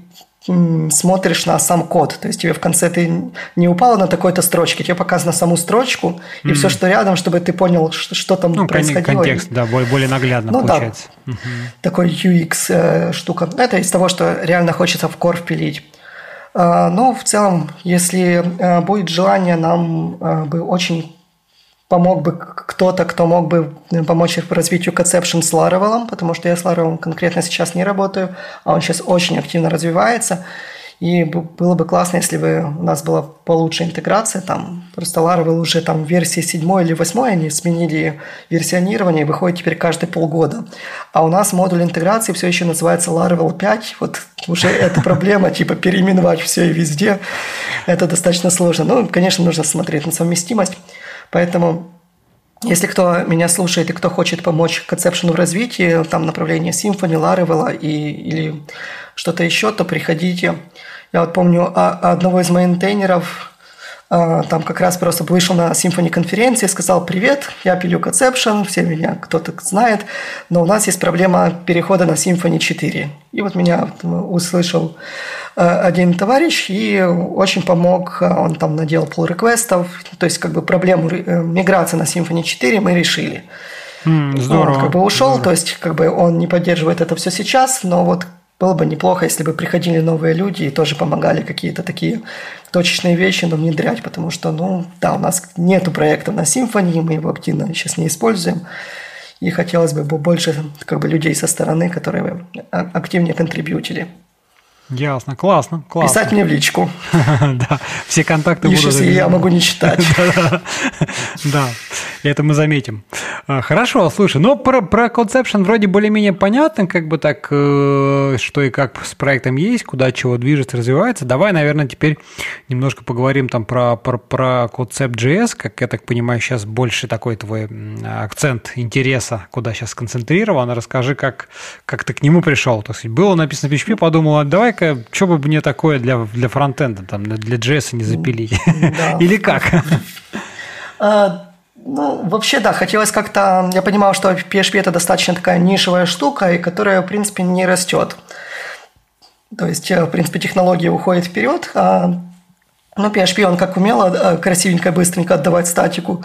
смотришь на сам код. То есть тебе в конце ты не упала на такой-то строчке, тебе показано саму строчку и mm. все, что рядом, чтобы ты понял, что, что там ну, происходило. Контекст, да, более, более наглядно ну, получается. Да, uh-huh. Такой ю экс э, штука. Это из того, что реально хочется в core впилить. Э, но в целом, если э, будет желание, нам э, бы очень помог бы кто-то, кто мог бы помочь в развитию Conception с Laravel, потому что я с Laravel конкретно сейчас не работаю, а он сейчас очень активно развивается. И было бы классно, если бы у нас была получше интеграция. Там просто Laravel уже там в версии седьмой или восьмой они сменили версионирование и выходит теперь каждые полгода. А у нас модуль интеграции все еще называется Laravel пять. Вот уже эта проблема, типа переименовать все и везде. Это достаточно сложно. Ну, конечно, нужно смотреть на совместимость. Поэтому, если кто меня слушает и кто хочет помочь Conception в развитии, там направление Symfony, Laravel и, или что-то еще, то приходите. Я вот помню одного из мейнтейнеров, там как раз просто вышел на Symfony конференции и сказал: «Привет, я пилю Conception, все меня кто-то знает, но у нас есть проблема перехода на Symfony четыре». И вот меня услышал один товарищ и очень помог, он там наделал pull реквестов, то есть как бы проблему миграции на Symfony четыре мы решили. Mm, здорово. Он как бы ушел, здорово. То есть как бы он не поддерживает это все сейчас, но вот было бы неплохо, если бы приходили новые люди и тоже помогали какие-то такие точечные вещи нам внедрять, потому что, ну, да, у нас нету проекта на Symfony, мы его активно сейчас не используем, и хотелось бы больше как бы людей со стороны, которые активнее контрибьютили. Ясно, классно, классно. Писать мне в личку. Да, все контакты будут. Если я могу не читать. Да, это мы заметим. Хорошо, слушай, ну про, про Conception вроде более-менее понятно, как бы так, что и как с проектом есть, куда чего движется, развивается. Давай, наверное, теперь немножко поговорим там про, про, про Concept.js, как я так понимаю, сейчас больше такой твой акцент интереса, куда сейчас сконцентрирован. Расскажи, как, как ты к нему пришел. То есть было написано в пи эйч пи, подумал, а давай что бы мне такое для, для фронтенда, там, для джей эс не запилить? Да. Или как? А, ну, вообще, да, хотелось как-то... Я понимал, что пи эйч пи – это достаточно такая нишевая штука, и которая, в принципе, не растет. То есть, в принципе, технология уходит вперед, а, ну, пи эйч пи, он как умело красивенько, быстренько отдавать статику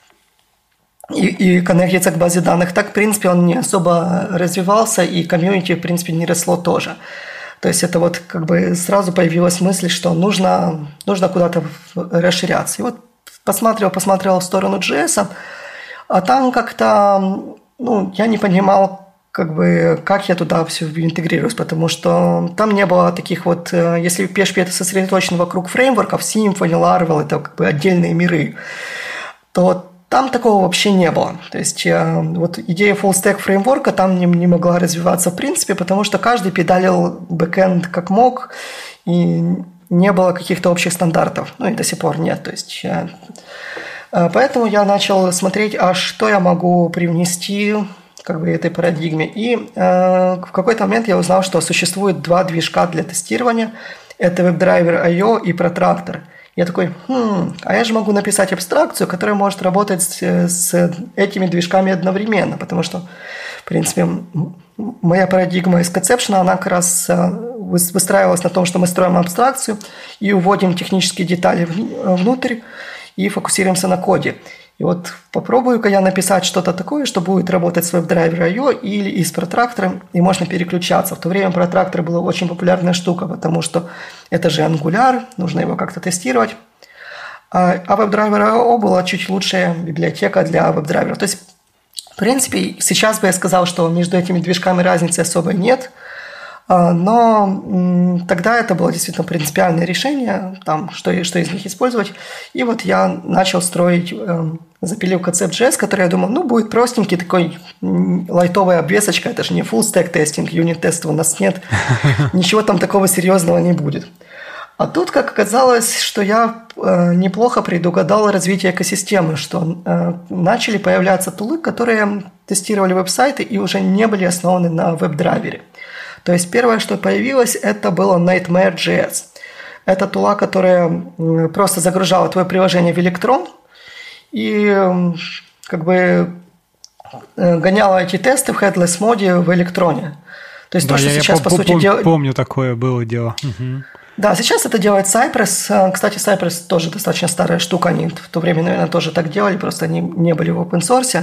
и, и коннектиться к базе данных, так, в принципе, он не особо развивался, и комьюнити, в принципе, не росло тоже. То есть это вот как бы сразу появилась мысль, что нужно, нужно куда-то расширяться. И вот посмотрел, посмотрел в сторону джей эс, а там как-то, ну, я не понимал, как бы, как я туда все интегрируюсь, потому что там не было таких вот, если пи эйч пи это сосредоточено вокруг фреймворков, Symfony, Laravel, это как бы отдельные миры, то там такого вообще не было. То есть вот идея full-stack фреймворка там не, не могла развиваться в принципе, потому что каждый педалил бэкэнд как мог, и не было каких-то общих стандартов. Ну и до сих пор нет. То есть, поэтому я начал смотреть, а что я могу привнести как бы этой парадигме. И э, в какой-то момент я узнал, что существует два движка для тестирования. Это WebDriver точка ай о и Protractor. Я такой, хм, а я же могу написать абстракцию, которая может работать с, с этими движками одновременно, потому что, в принципе, моя парадигма из Conception, она как раз выстраивалась на том, что мы строим абстракцию и уводим технические детали внутрь и фокусируемся на коде. И вот попробую-ка я написать что-то такое, что будет работать с WebDriver точка ай о или и с Protractor, и можно переключаться. В то время Protractor была очень популярная штука, потому что это же Angular, нужно его как-то тестировать. А WebDriver точка ай о была чуть лучшая библиотека для WebDriver. То есть, в принципе, сейчас бы я сказал, что между этими движками разницы особой нет, но тогда это было действительно принципиальное решение, там, что, что из них использовать. И вот я начал строить, запилил Concept.js, который, я думал, ну, будет простенький такой лайтовая обвесочка, это же не full stack тестинг, юнит-тестов у нас нет, ничего там такого серьезного не будет. А тут, как оказалось, что я э, неплохо предугадал развитие экосистемы, что э, начали появляться тулы, которые тестировали веб-сайты и уже не были основаны на веб-драйвере. То есть первое, что появилось, это было Nightmare.js. Это тула, которая просто загружала твое приложение в Electron и как бы гоняла эти тесты в headless моде в Электроне. То есть да, то, что я, сейчас, я по пом- сути, пом- делает... помню, такое было дело. Угу. Да, сейчас это делает Cypress. Кстати, Cypress тоже достаточно старая штука. Они в то время, наверное, тоже так делали, просто они не были в open source.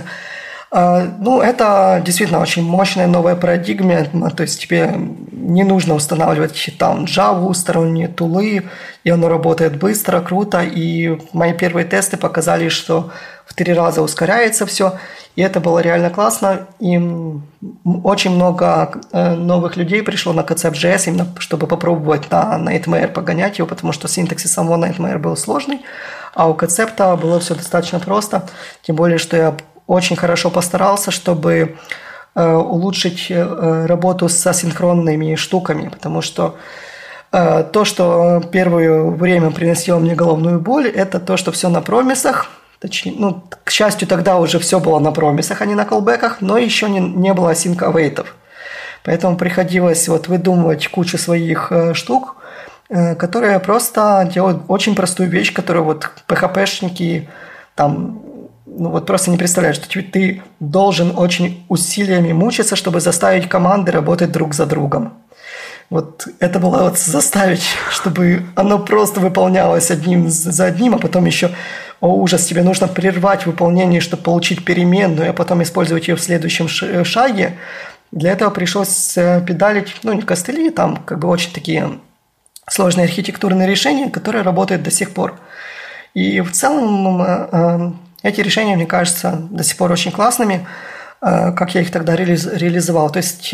Ну, это действительно очень мощная новая парадигма. То есть тебе не нужно устанавливать там Java, сторонние тулы, и оно работает быстро, круто. И мои первые тесты показали, что в три раза ускоряется все. И это было реально классно. И очень много новых людей пришло на Concept.js, именно чтобы попробовать на Nightmare погонять его, потому что синтаксис самого Nightmare был сложный, а у Concept было все достаточно просто. Тем более, что я очень хорошо постарался, чтобы э, улучшить э, работу с асинхронными штуками, потому что э, то, что первое время приносило мне головную боль, это то, что все на промисах. Точнее, ну, к счастью, тогда уже все было на промисах, а не на колбеках, но еще не, не было async-await. Поэтому приходилось вот выдумывать кучу своих э, штук, э, которые просто делают очень простую вещь, которую вот пи эйч пи-шники там... Ну вот просто не представляешь, что ты должен очень усилиями мучиться, чтобы заставить команды работать друг за другом. Вот это было вот заставить, чтобы оно просто выполнялось одним за одним, а потом еще, о ужас, тебе нужно прервать выполнение, чтобы получить переменную, а потом использовать ее в следующем шаге. Для этого пришлось педалить, ну не костыли, там как бы очень такие сложные архитектурные решения, которые работают до сих пор. И в целом... Эти решения, мне кажется, до сих пор очень классными, как я их тогда реализовал. То есть,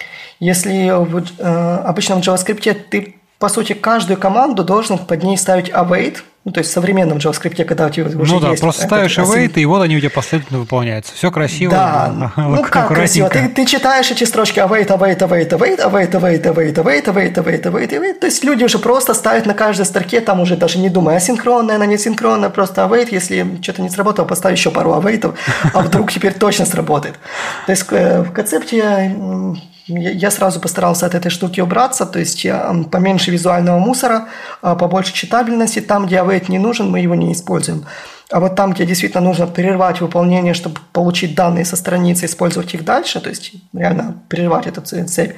если в обычном JavaScript ты, по сути, каждую команду должен под ней ставить await, ну, то есть в современном JavaScript, когда у тебя уже ну, да, есть... просто ставишь await, и вот они у тебя последовательно выполняются. Все красиво. Да, ну как красиво. Ты, ты читаешь эти строчки await, await, await, await, await, await, await, await, await, await, await, await. То есть люди уже просто ставят на каждой строке, там уже даже не думая, асинхронная, она не синхронная, просто await. Если что-то не сработало, поставь еще пару await, а вдруг теперь точно сработает. То есть в концепте... Я сразу постарался от этой штуки убраться, то есть поменьше визуального мусора, побольше читабельности. Там, где await не нужен, мы его не используем. А вот там, где действительно нужно прервать выполнение, чтобы получить данные со страницы, использовать их дальше, то есть реально прервать эту цепь,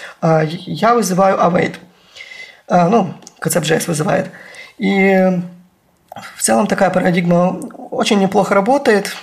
я вызываю await. Ну, Concept.js вызывает. И в целом такая парадигма очень неплохо работает,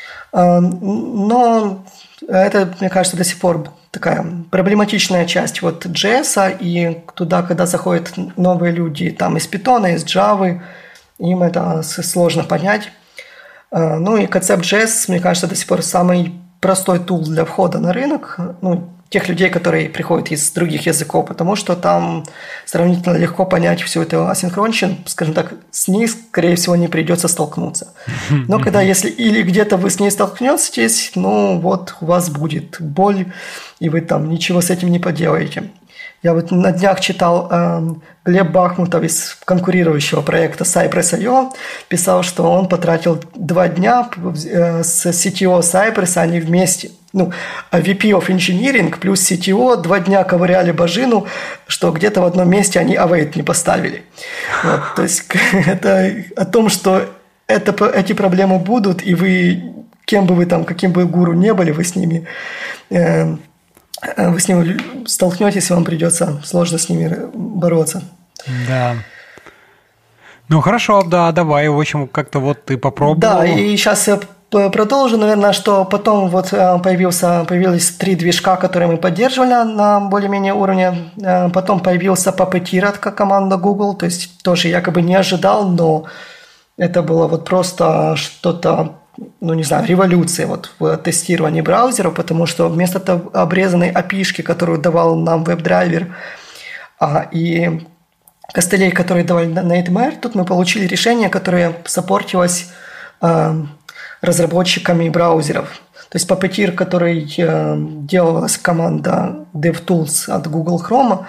но это, мне кажется, до сих пор такая проблематичная часть вот джей эс, и туда, когда заходят новые люди там из Python, из Java, им это сложно понять. Ну и Concept.js, мне кажется, до сих пор самый простой тул для входа на рынок, ну, тех людей, которые приходят из других языков, потому что там сравнительно легко понять всю эту асинхронщину, скажем так, с ней, скорее всего, не придется столкнуться. Но когда если или где-то вы с ней столкнетесь, ну вот у вас будет боль, и вы там ничего с этим не поделаете. Я вот на днях читал, э, Глеб Бахмутов из конкурирующего проекта Cypress точка ай о писал, что он потратил два дня э, с си ти о Cypress, они вместе, ну, ви пи of Engineering плюс си ти о два дня ковыряли божину, что где-то в одном месте они await не поставили. Вот, то есть это о том, что это, эти проблемы будут, и вы, кем бы вы там, каким бы гуру не были, вы с ними... Э, вы с ними столкнетесь, и вам придется сложно с ними бороться. Да. Ну хорошо, да, давай, в общем, как-то вот ты попробовал. Да, и сейчас я продолжу, наверное, что потом вот появился, появились три движка, которые мы поддерживали на более-менее уровне. Потом появился Puppeteer как команда Google, то есть тоже якобы не ожидал, но это было вот просто что-то, ну, не знаю, революция вот в тестировании браузеров, потому что вместо того обрезанной эй пи ай-шки, которую давал нам веб-драйвер, а, и костылей, которые давали Nightmare, тут мы получили решение, которое саппортилось а, разработчиками браузеров. То есть Puppeteer, который а, делалась команда DevTools от Google Chrome,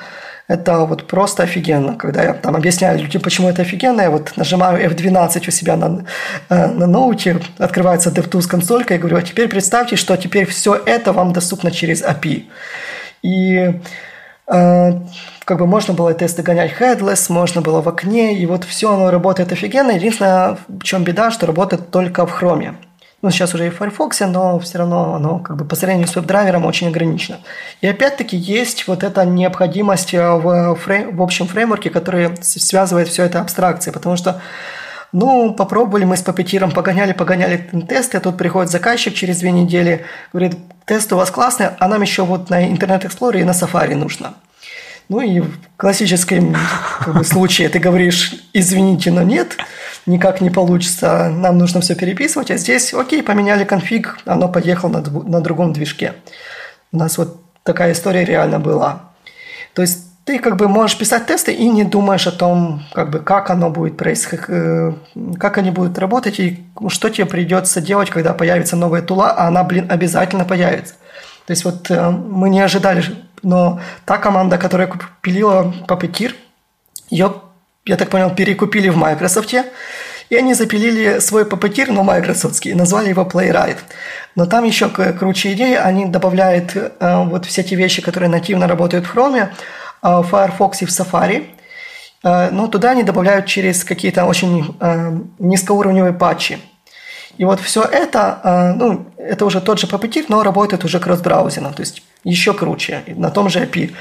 Это вот просто офигенно. Когда я там объясняю людям, почему это офигенно, я вот нажимаю эф двенадцать у себя на, на ноуте, открывается DevTools консолька, и говорю, а теперь представьте, что теперь все это вам доступно через эй пи ай. И э, как бы можно было тесты гонять headless, можно было в окне, и вот все оно работает офигенно. Единственное, в чем беда, что работает только в Chrome. Ну, сейчас уже и в Firefox, но все равно оно как бы по сравнению с веб-драйвером очень ограничено. И опять-таки есть вот эта необходимость в, фрейм, в общем фреймворке, который связывает все это абстракцией, потому что, ну, попробовали мы с Puppeteer, погоняли, погоняли тесты, а тут приходит заказчик через две недели, говорит, тесты у вас классные, а нам еще вот на Internet Explorer и на Safari нужно. Ну и в классическом как бы, случае ты говоришь, извините, но нет, никак не получится, нам нужно все переписывать, а здесь, окей, поменяли конфиг, оно поехало на, на другом движке. У нас вот такая история реально была. То есть ты как бы можешь писать тесты и не думаешь о том, как бы, как оно будет происходить, как они будут работать и что тебе придется делать, когда появится новая тула, а она, блин, обязательно появится. То есть вот мы не ожидали, но та команда, которая пилила Puppeteer, ее, я так понял, перекупили в Microsoft, и они запилили свой Puppeteer, но майкрософтский, и назвали его Playwright. Но там еще круче идея, они добавляют э, вот все те вещи, которые нативно работают в Chrome, э, в Firefox и в Safari, э, но туда они добавляют через какие-то очень э, низкоуровневые патчи. И вот все это, ну, это уже тот же Puppeteer, но работает уже кросс-браузерно, то есть еще круче, на том же эй пи ай.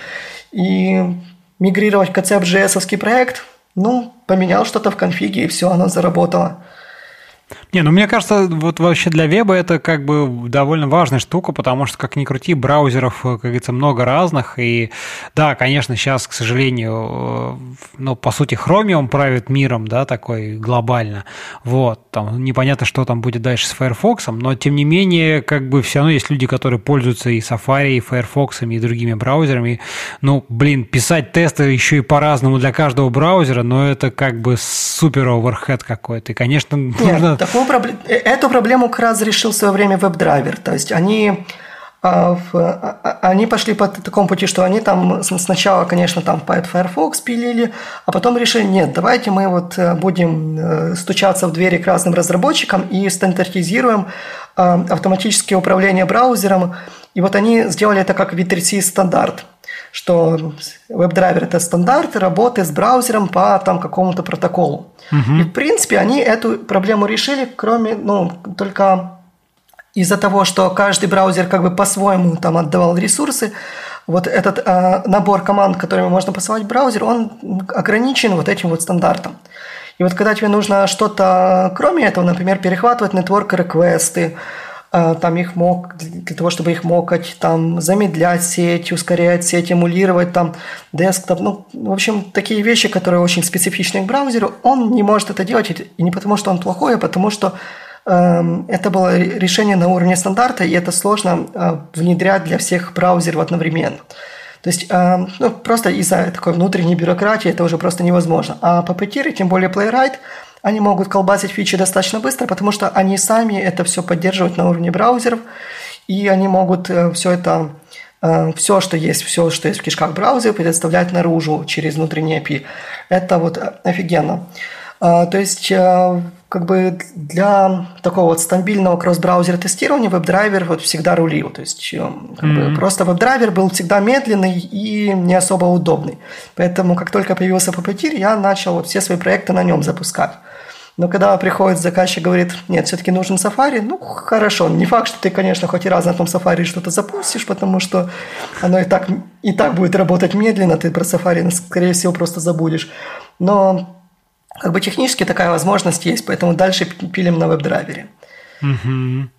И мигрировать в концепт-джей-эсовский проект, ну, поменял что-то в конфиге, и все, оно заработало. Не, ну мне кажется, вот вообще для веба это как бы довольно важная штука, потому что, как ни крути, браузеров, как говорится, много разных, и да, конечно, сейчас, к сожалению, ну, по сути, Chromium правит миром, да, такой глобально, вот, там непонятно, что там будет дальше с Firefox, но, тем не менее, как бы все равно есть люди, которые пользуются и Safari, и Firefox, и другими браузерами, ну, блин, писать тесты еще и по-разному для каждого браузера, но это как бы супер оверхед какой-то, и, конечно, нужно... Такую проблему, эту проблему как раз решил в свое время WebDriver. То есть они, они пошли по такому пути, что они там сначала, конечно, там Firefox пилили, а потом решили, нет, давайте мы вот будем стучаться в двери к разным разработчикам и стандартизируем автоматическое управление браузером. И вот они сделали это как ви три си стандарт, что WebDriver – это стандарт работы с браузером по там, какому-то протоколу. Uh-huh. И, в принципе, они эту проблему решили, кроме, ну, только из-за того, что каждый браузер как бы по-своему там отдавал ресурсы, вот этот э, набор команд, которыми можно посылать в браузер, он ограничен вот этим вот стандартом. И вот когда тебе нужно что-то, кроме этого, например, перехватывать network-реквесты, там их мог, для того, чтобы их мокать, там, замедлять сеть, ускорять сеть, эмулировать там десктоп, ну, в общем, такие вещи, которые очень специфичны к браузеру, он не может это делать, и не потому, что он плохой, а потому, что э, это было решение на уровне стандарта, и это сложно э, внедрять для всех браузеров одновременно. То есть, э, ну, просто из-за такой внутренней бюрократии это уже просто невозможно. А Puppeteer, тем более Playwright, они могут колбасить фичи достаточно быстро, потому что они сами это все поддерживают на уровне браузеров, и они могут все это, все, что есть, все, что есть в кишках браузера, предоставлять наружу через внутренний эй пи ай. Это вот офигенно. То есть, как бы для такого вот стабильного кросс-браузера тестирования WebDriver вот всегда рулил. То есть, как mm-hmm. бы просто WebDriver был всегда медленный и не особо удобный. Поэтому, как только появился Puppeteer, я начал вот все свои проекты на нем запускать. Но когда приходит заказчик и говорит, нет, все-таки нужен Safari, ну, хорошо. Не факт, что ты, конечно, хоть и раз на том Safari что-то запустишь, потому что оно и так, и так будет работать медленно, ты про Safari, скорее всего, просто забудешь. Но как бы технически такая возможность есть, поэтому дальше пилим на WebDriver. Угу.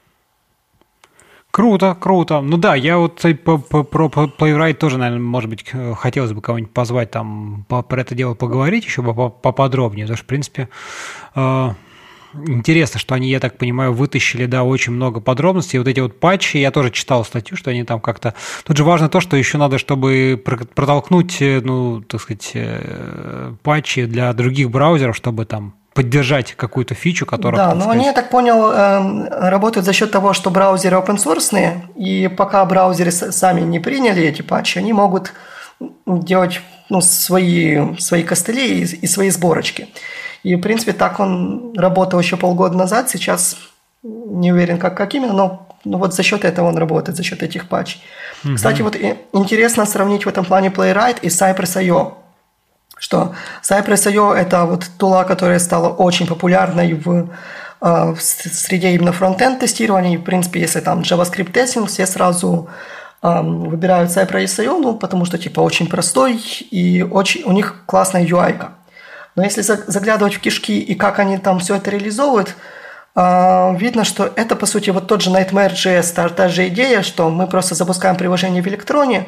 Круто, круто. Ну да, я вот про Playwright тоже, наверное, может быть, хотелось бы кого-нибудь позвать там про это дело поговорить еще поподробнее, потому что, в принципе, интересно, что они, я так понимаю, вытащили, да, очень много подробностей. Вот эти вот патчи, я тоже читал статью, что они там как-то... Тут же важно то, что еще надо, чтобы протолкнуть, ну, так сказать, патчи для других браузеров, чтобы там поддержать какую-то фичу, которая... Да, но сказать... они, я так понял, работают за счет того, что браузеры open-source, и пока браузеры сами не приняли эти патчи, они могут делать ну, свои, свои костыли и, и свои сборочки. И, в принципе, так он работал еще полгода назад, сейчас не уверен, как, как именно, но ну, вот за счет этого он работает, за счет этих патчей. Mm-hmm. Кстати, вот интересно сравнить в этом плане Playwright и Cypress точка ай о, что Cypress точка ай о – это вот тула, которая стала очень популярной в, в среде именно фронтенд тестирования. И, в принципе, если там JavaScript тестинг, все сразу um, выбирают Cypress точка ай о, ну, потому что типа очень простой и очень, у них классная ю ай-ка. Но если заглядывать в кишки и как они там все это реализовывают, видно, что это, по сути, вот тот же Nightmare.js, та, та же идея, что мы просто запускаем приложение в электроне,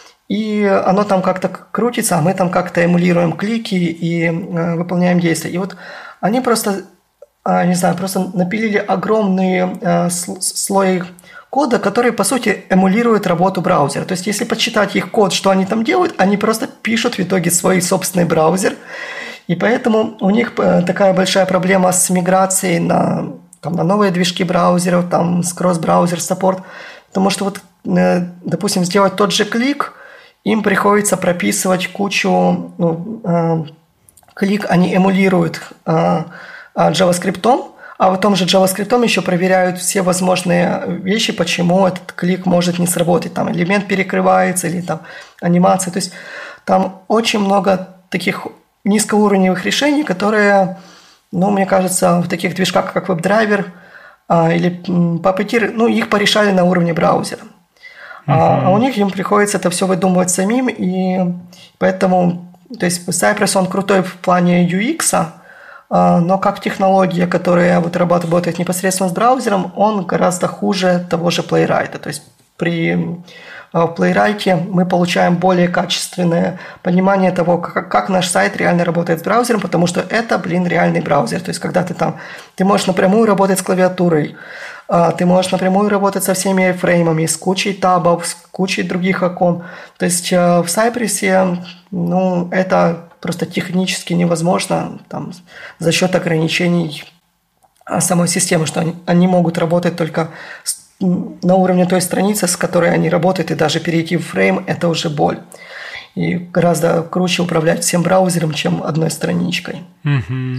и оно там как-то крутится, а мы там как-то эмулируем клики и э, выполняем действия. И вот они просто, э, не знаю, просто напилили огромные э, слои кода, которые, по сути, эмулируют работу браузера. То есть, если почитать их код, что они там делают, они просто пишут в итоге свой собственный браузер. И поэтому у них такая большая проблема с миграцией на, там, на новые движки браузеров, там, с кросс-браузер саппорт. Потому что, вот, допустим, сделать тот же клик, им приходится прописывать кучу... Ну, э, клик они эмулируют э, JavaScript, а в том же JavaScript еще проверяют все возможные вещи, почему этот клик может не сработать. Там элемент перекрывается или там анимация. То есть там очень много таких низкоуровневых решений, которые, ну, мне кажется, в таких движках, как WebDriver а, или Puppeteer, ну, их порешали на уровне браузера. Uh-huh. А, а у них им приходится это все выдумывать самим, и поэтому, то есть Cypress, он крутой в плане ю экс, а, но как технология, которая вот работает непосредственно с браузером, он гораздо хуже того же Playwright. То есть при в Playwright мы получаем более качественное понимание того, как, как наш сайт реально работает с браузером, потому что это, блин, реальный браузер. То есть, когда ты там, ты можешь напрямую работать с клавиатурой, ты можешь напрямую работать со всеми айфреймами, с кучей табов, с кучей других окон. То есть, в Cypress, ну, это просто технически невозможно там, за счет ограничений самой системы, что они, они могут работать только с на уровне той страницы, с которой они работают, и даже перейти в фрейм – это уже боль. И гораздо круче управлять всем браузером, чем одной страничкой. Mm-hmm.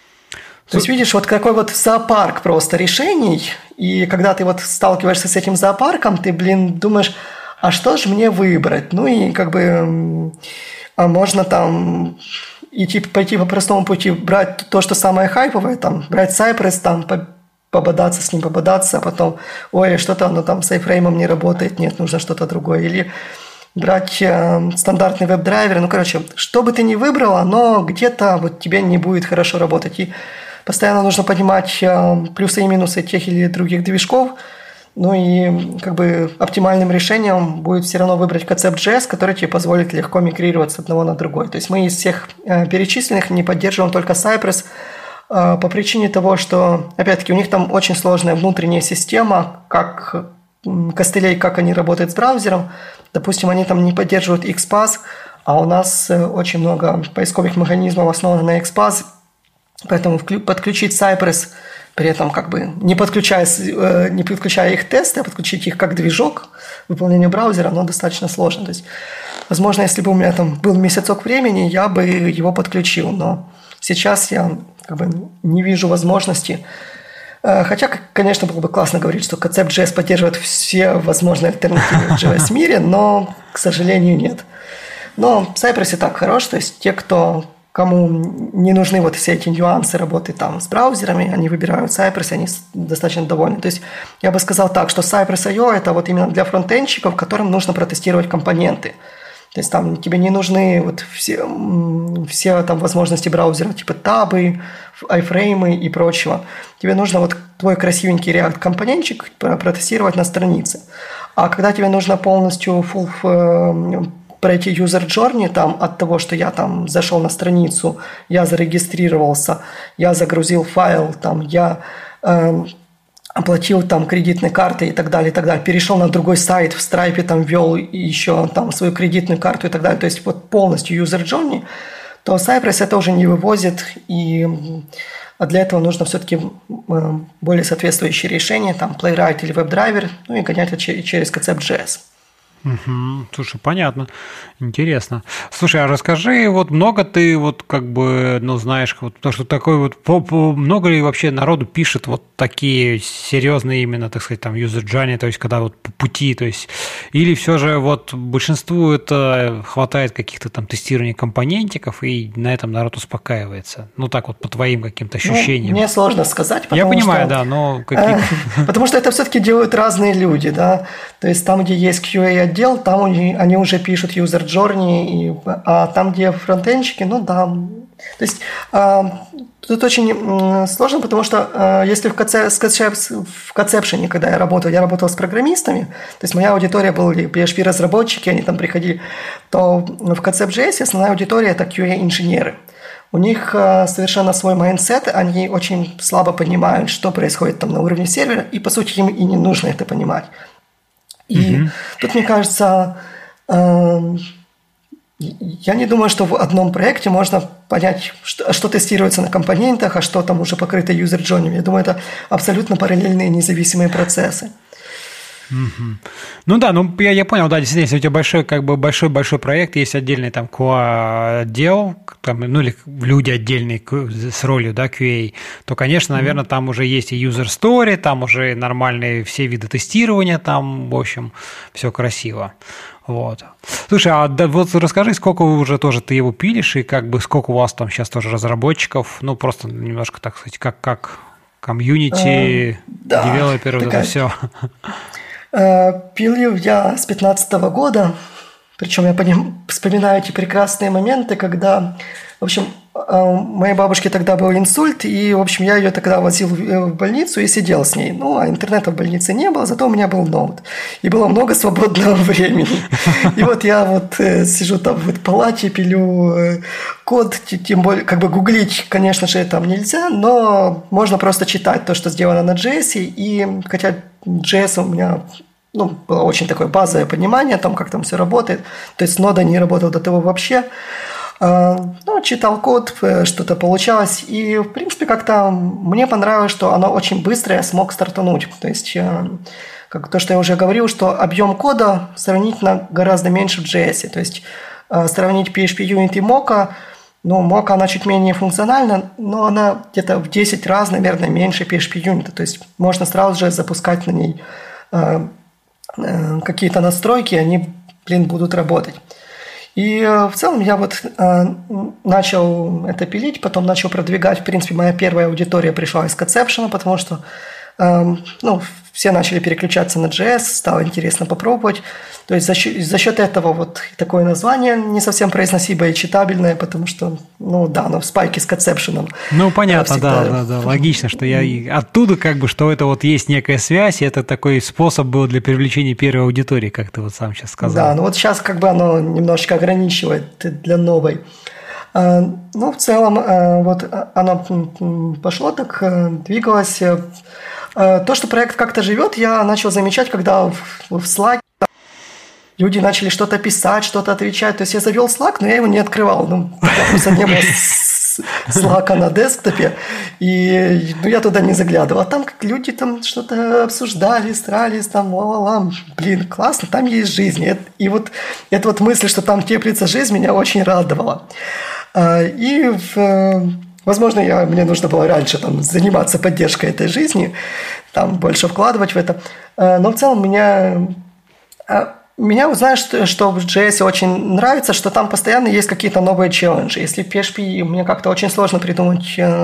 То есть, видишь, вот какой вот зоопарк просто решений, и когда ты вот сталкиваешься с этим зоопарком, ты, блин, думаешь, а что же мне выбрать? Ну и как бы а можно там идти, пойти по простому пути, брать то, что самое хайповое, там, брать Cypress, там, пободаться с ним, пободаться, а потом, ой, что-то оно там с айфреймом не работает, нет, нужно что-то другое. Или брать э, стандартный веб-драйвер, ну, короче, что бы ты ни выбрал, оно где-то вот тебе не будет хорошо работать. И постоянно нужно понимать э, плюсы и минусы тех или других движков. Ну и как бы оптимальным решением будет все равно выбрать Concept.js, который тебе позволит легко мигрировать с одного на другой. То есть мы из всех э, перечисленных не поддерживаем только Cypress, по причине того, что, опять-таки, у них там очень сложная внутренняя система, как костылей, как они работают с браузером. Допустим, они там не поддерживают икс пас, а у нас очень много поисковых механизмов основано на икс пас, поэтому подключить Cypress, при этом как бы не подключая, не подключая их тесты, а подключить их как движок выполнения браузера, оно достаточно сложно. То есть, возможно, если бы у меня там был месяцок времени, я бы его подключил, но сейчас я как бы не вижу возможности. Хотя, конечно, было бы классно говорить, что Concept.js поддерживает все возможные альтернативы в джей эс мире, но, к сожалению, нет. Но Cypress и так хорош, то есть те, кто, кому не нужны вот все эти нюансы работы там с браузерами, они выбирают Cypress, они достаточно довольны. То есть я бы сказал так, что Cypress точка ай о это вот именно для фронтенщиков, которым нужно протестировать компоненты. То есть там тебе не нужны вот все, все там возможности браузера, типа табы, айфреймы и прочего. Тебе нужно вот твой красивенький React-компонентчик протестировать на странице. А когда тебе нужно полностью full, пройти user journey там, от того, что я там зашел на страницу, я зарегистрировался, я загрузил файл, там, я... Э, оплатил там кредитной картой и так далее, и так далее, перешел на другой сайт, в Stripe там ввел еще там свою кредитную карту и так далее, то есть вот полностью user journey, то Cypress это уже не вывозит, и для этого нужно все-таки более соответствующие решения, там Playwright или WebDriver, ну и гонять это через Concept.js. Угу. Слушай, понятно, интересно. Слушай, а расскажи, вот много ты вот как бы, ну знаешь, вот то, что такое вот, по, по, много ли вообще народу пишет вот такие серьезные именно, так сказать, там user journey, то есть когда вот по пути, то есть, или все же вот большинству это хватает каких-то там тестирований компонентиков и на этом народ успокаивается? Ну так вот по твоим каким-то ощущениям. Ну, мне сложно сказать, потому Я понимаю, что, да, но какие-то... Потому что это все-таки делают разные люди, да, то есть там, где есть кью эй отдел, там они уже пишут user journey, и, а там, где фронтенщики, ну да. То есть а, тут очень сложно, потому что а, если в, концеп, в концепшене, когда я работал, я работал с программистами, то есть моя аудитория были пи эйч пи-разработчики, они там приходили, то в Concept.js основная аудитория – это кью эй-инженеры. У них а, совершенно свой майндсет, они очень слабо понимают, что происходит там на уровне сервера, и, по сути, им и не нужно это понимать. И mm-hmm. тут, мне кажется, э, я не думаю, что в одном проекте можно понять, что, что тестируется на компонентах, а что там уже покрыто user journey. Я думаю, это абсолютно параллельные независимые процессы. Mm-hmm. Ну да, ну я, я понял, да, действительно, если у тебя большой, как бы большой-большой проект, есть отдельный там кью эй-отдел, там, ну или люди отдельные с ролью, да, кью эй, то, конечно, наверное, mm-hmm. там уже есть и user story, там уже нормальные все виды тестирования, там, в общем, все красиво. Вот. Слушай, а да, вот расскажи, сколько вы уже тоже ты его пилишь, и как бы сколько у вас там сейчас тоже разработчиков, ну просто немножко, так сказать, как, как комьюнити, девелоперы, вот это все. Пилил я с пятнадцатого года, причем я поним, вспоминаю эти прекрасные моменты, когда, в общем, у моей бабушки тогда был инсульт, и, в общем, я ее тогда возил в больницу и сидел с ней. Ну, а интернета в больнице не было, зато у меня был ноут. И было много свободного времени. И вот я вот сижу там в палате, пилю код, тем более, как бы гуглить, конечно же, там нельзя, но можно просто читать то, что сделано на джей эс, и хотя джей эс у меня... Ну, было очень такое базовое понимание о том, как там все работает. То есть нода не работал до того вообще. Ну, читал код, что-то получалось. И, в принципе, как-то мне понравилось, что оно очень быстро я смог стартануть. То есть, как то, что я уже говорил, что объем кода сравнительно гораздо меньше в джей эс. То есть, сравнить пи эйч пи Unit и Mocha, ну, Mocha, она чуть менее функциональна, но она где-то в десять раз, наверное, меньше пи эйч пи Unit. То есть, можно сразу же запускать на ней какие-то настройки, они, блин, будут работать. И в целом я вот э, начал это пилить, потом начал продвигать. В принципе, моя первая аудитория пришла из Conception, потому что э, ну, все начали переключаться на джей эс, стало интересно попробовать. То есть за счет, за счет этого вот такое название не совсем произносимое и читабельное, потому что, ну да, оно в спайке с Conception. Ну, понятно, всегда... да, да, да, логично, что я и оттуда как бы, что это вот есть некая связь, и это такой способ был для привлечения первой аудитории, как ты вот сам сейчас сказал. Да, ну вот сейчас как бы оно немножечко ограничивает для новой. Ну, в целом, вот оно пошло так, двигалось. То, что проект как-то живет, я начал замечать, когда в Slack люди начали что-то писать, что-то отвечать. То есть я завел Slack, но я его не открывал. Ну, просто не было Slack на десктопе, и ну, я туда не заглядывал. А там как люди там что-то обсуждали, старались, там, ла-ла-ла. Блин, классно, там есть жизнь. И вот эта вот мысль, что там теплится жизнь, меня очень радовала. И в... Возможно, я, мне нужно было раньше там, заниматься поддержкой этой жизни, там, больше вкладывать в это. Но в целом меня... Меня, знаешь, что в джей эс очень нравится, что там постоянно есть какие-то новые челленджи. Если в пи эйч пи мне как-то очень сложно придумать,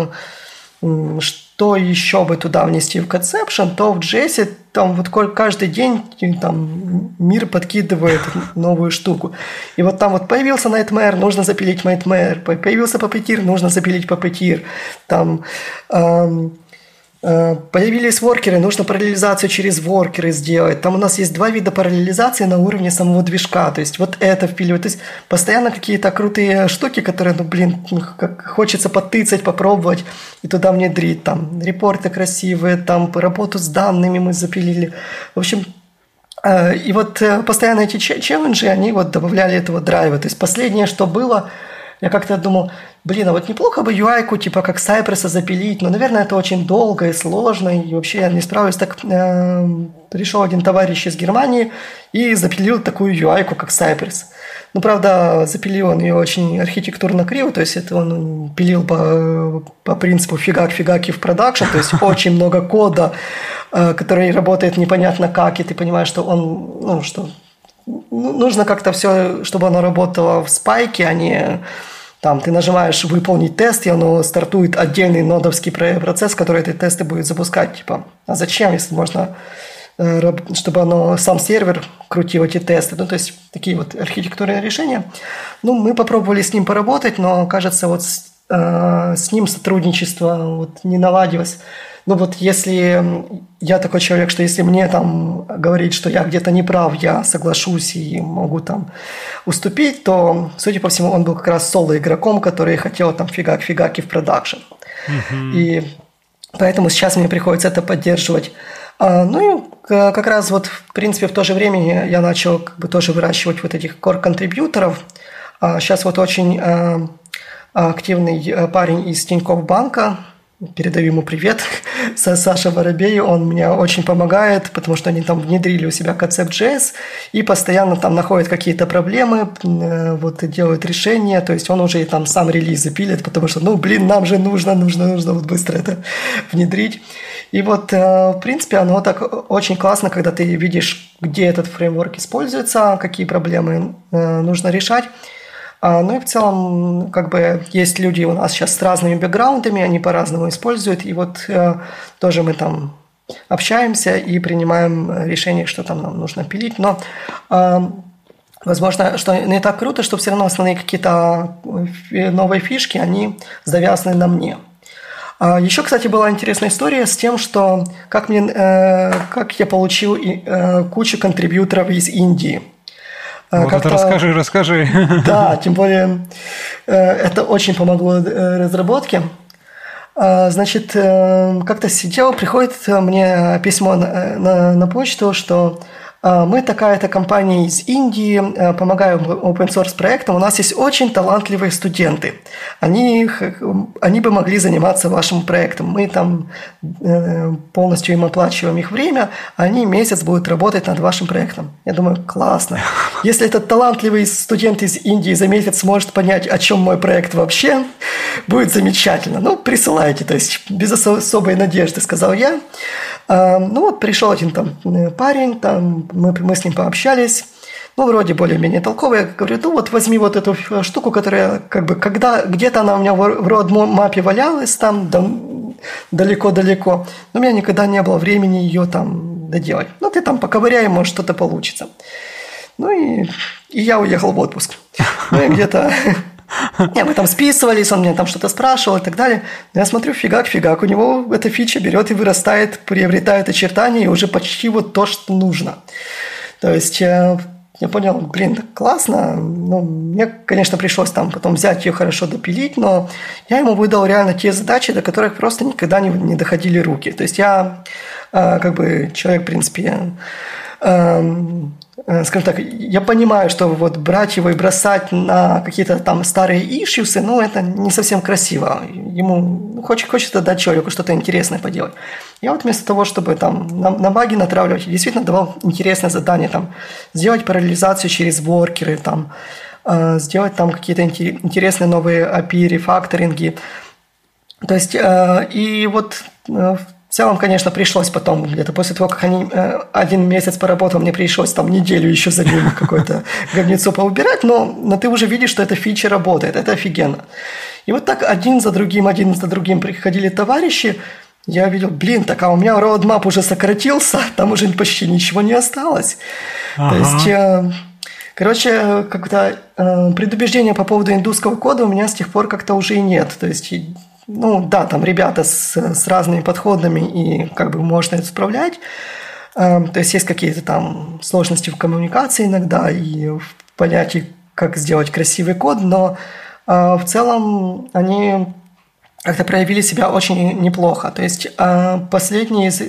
что еще бы туда внести в Conception, то в джей эс там вот каждый день там, мир подкидывает новую штуку. И вот там вот появился Nightmare, нужно запилить Nightmare. Появился Puppeteer, нужно запилить Puppeteer. Там... Эм, Появились воркеры, нужно параллелизацию через воркеры сделать. Там у нас есть два вида параллелизации на уровне самого движка. То есть вот это впиливать. То есть постоянно какие-то крутые штуки, которые, ну блин, как хочется потыцать, попробовать и туда внедрить. Там репорты красивые, там работу с данными мы запилили. В общем, и вот постоянно эти челленджи, они вот добавляли этого драйва. То есть последнее, что было, Я как-то думал, блин, а вот неплохо бы ю ай-ку типа как Cypress запилить, но, наверное, это очень долго и сложно, и вообще я не справлюсь. Так э, пришел один товарищ из Германии и запилил такую ю ай-ку, как Cypress. Ну, правда, запилил он ее очень архитектурно криво, то есть это он пилил по, по принципу фигак-фигаки в продакшн, то есть очень много кода, который работает непонятно как, и ты понимаешь, что он, ну, что нужно как-то все, чтобы оно работало в спайке, а не там ты нажимаешь «выполнить тест», и оно стартует отдельный нодовский процесс, который эти тесты будет запускать. Типа, а зачем, если можно, чтобы оно, сам сервер крутил эти тесты? Ну, то есть, такие вот архитектурные решения. Ну, мы попробовали с ним поработать, но, кажется, вот с, э, с ним сотрудничество вот не наладилось. Ну, вот если я такой человек, что если мне там говорить, что я где-то не прав, я соглашусь и могу там уступить, то, судя по всему, он был как раз соло-игроком, который хотел там фигак-фигаки в продакшн. Mm-hmm. И поэтому сейчас мне приходится это поддерживать. А, ну и как раз вот, в принципе, в то же время я начал как бы тоже выращивать вот этих core-контрибьюторов. А сейчас вот очень а, активный парень из Тинькофф банка, передаю ему привет, Саша Воробей, он мне очень помогает, потому что они там внедрили у себя концепт джей эс и постоянно там находят какие-то проблемы, вот, и делают решения, то есть он уже и там сам релизы пилит, потому что, ну, блин, нам же нужно, нужно, нужно вот быстро это внедрить. И вот, в принципе, оно так очень классно, когда ты видишь, где этот фреймворк используется, какие проблемы нужно решать. Ну и в целом, как бы, есть люди у нас сейчас с разными бэкграундами, они по-разному используют, и вот э, тоже мы там общаемся и принимаем решение, что там нам нужно пилить, но э, возможно, что не так круто, что все равно основные какие-то новые фишки, они завязаны на мне. Еще, кстати, была интересная история с тем, что как, мне, э, как я получил э, кучу контрибьюторов из Индии. Вот как-то... это расскажи, расскажи. Да, тем более это очень помогло разработке. Значит, как-то сидел, приходит мне письмо на, на, на почту, что мы такая-то компания из Индии, помогаем open-source проектам, у нас есть очень талантливые студенты. Они, они бы могли заниматься вашим проектом. Мы там полностью им оплачиваем их время, а они месяц будут работать над вашим проектом. Я думаю, классно. Если этот талантливый студент из Индии за месяц сможет понять, о чем мой проект вообще, будет замечательно. Ну, присылайте, то есть без особой надежды, сказал я. Ну вот пришел один там парень, там мы, мы с ним пообщались, ну вроде более-менее толковый, я говорю, ну вот возьми вот эту штуку, которая как бы когда где-то она у меня в родмапе валялась там далеко-далеко, но у меня никогда не было времени ее там доделать. Ну ты там поковыряй, может что-то получится. Ну и, и я уехал в отпуск. Ну и где-то... Не, мы там списывались, он меня там что-то спрашивал и так далее. Но я смотрю, фигак-фигак, у него эта фича берет и вырастает, приобретает очертания, и уже почти вот то, что нужно. То есть я, я понял, блин, так классно. Ну, мне, конечно, пришлось там потом взять ее хорошо допилить, но я ему выдал реально те задачи, до которых просто никогда не, не доходили руки. То есть я э, как бы человек, в принципе... Э, Скажем так, я понимаю, что вот брать его и бросать на какие-то там старые ишьюсы, ну, это не совсем красиво. Ему хочет, хочется дать человеку что-то интересное поделать. Я вот вместо того, чтобы там на, на баги натравливать, действительно давал интересное задание, там, сделать параллелизацию через воркеры, там, э, сделать там какие-то интересные новые эй пи ай, рефакторинги. То есть, э, и вот... Э, В целом, конечно, пришлось потом, где-то после того, как они э, один месяц поработал, мне пришлось там неделю еще за ним какое-то говнецо поубирать, но, но ты уже видишь, что эта фича работает, это офигенно. И вот так один за другим, один за другим приходили товарищи, я видел, блин, так а у меня roadmap уже сократился, там уже почти ничего не осталось. Ага. То есть, э, короче, как-то э, предубеждения по поводу индусского кода у меня с тех пор как-то уже и нет, то есть... Ну да, там ребята с, с разными подходами, и как бы можно это справлять. То есть есть какие-то там сложности в коммуникации иногда и в понятии, как сделать красивый код, но в целом они как-то проявили себя очень неплохо. То есть последний из,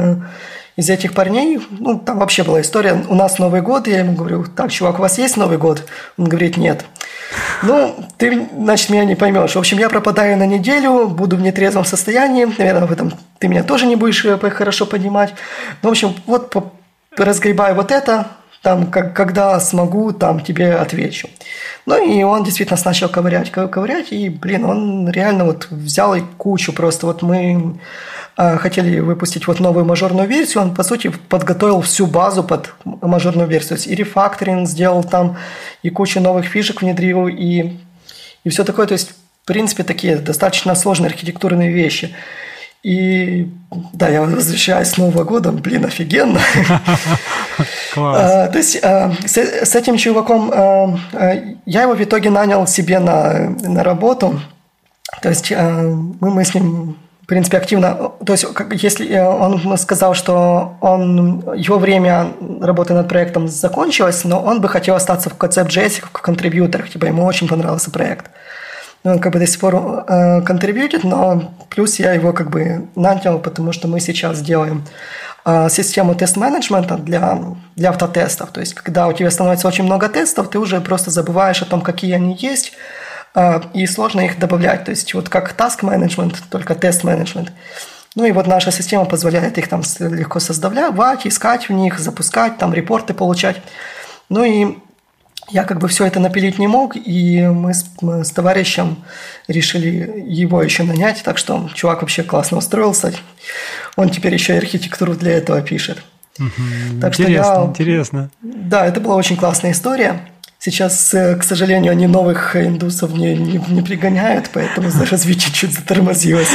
из этих парней, ну там вообще была история, у нас Новый год, я ему говорю, так, чувак, у вас есть Новый год? Он говорит, нет. Ну, ты, значит, меня не поймешь. В общем, я пропадаю на неделю, буду в нетрезвом состоянии. Наверное, в этом ты меня тоже не будешь хорошо понимать. Ну, в общем, вот разгребаю вот это, там, как, когда смогу, там тебе отвечу. Ну, и он действительно начал ковырять, ковырять, и, блин, он реально вот взял и кучу просто. Вот мы э, хотели выпустить вот новую мажорную версию, он, по сути, подготовил всю базу под мажорную версию. То есть и рефакторинг сделал там, и кучу новых фишек внедрил, и, и все такое. То есть, в принципе, такие достаточно сложные архитектурные вещи. И да, я возвращаюсь с Нового года, блин, офигенно. Класс. То есть с этим чуваком я его в итоге нанял себе на, на работу. То есть мы, мы с ним, в принципе, активно... То есть если он сказал, что он, его время работы над проектом закончилось, но он бы хотел остаться в концепт.js, в контрибьюторах, типа ему очень понравился проект. Он как бы до сих пор э, контрибьютит, но плюс я его как бы нанял, потому что мы сейчас делаем э, систему тест-менеджмента для, для автотестов. То есть, когда у тебя становится очень много тестов, ты уже просто забываешь о том, какие они есть, э, и сложно их добавлять. То есть, вот как task-менеджмент, только тест-менеджмент. Ну и вот наша система позволяет их там легко создавать, искать в них, запускать, там репорты получать. Ну и я как бы все это напилить не мог, и мы с, мы с товарищем решили его еще нанять, так что чувак вообще классно устроился. Он теперь еще и архитектуру для этого пишет. Угу. Так интересно, что я, интересно. Да, это была очень классная история. Сейчас, к сожалению, они новых индусов не, не, не пригоняют, поэтому развитие чуть затормозилось.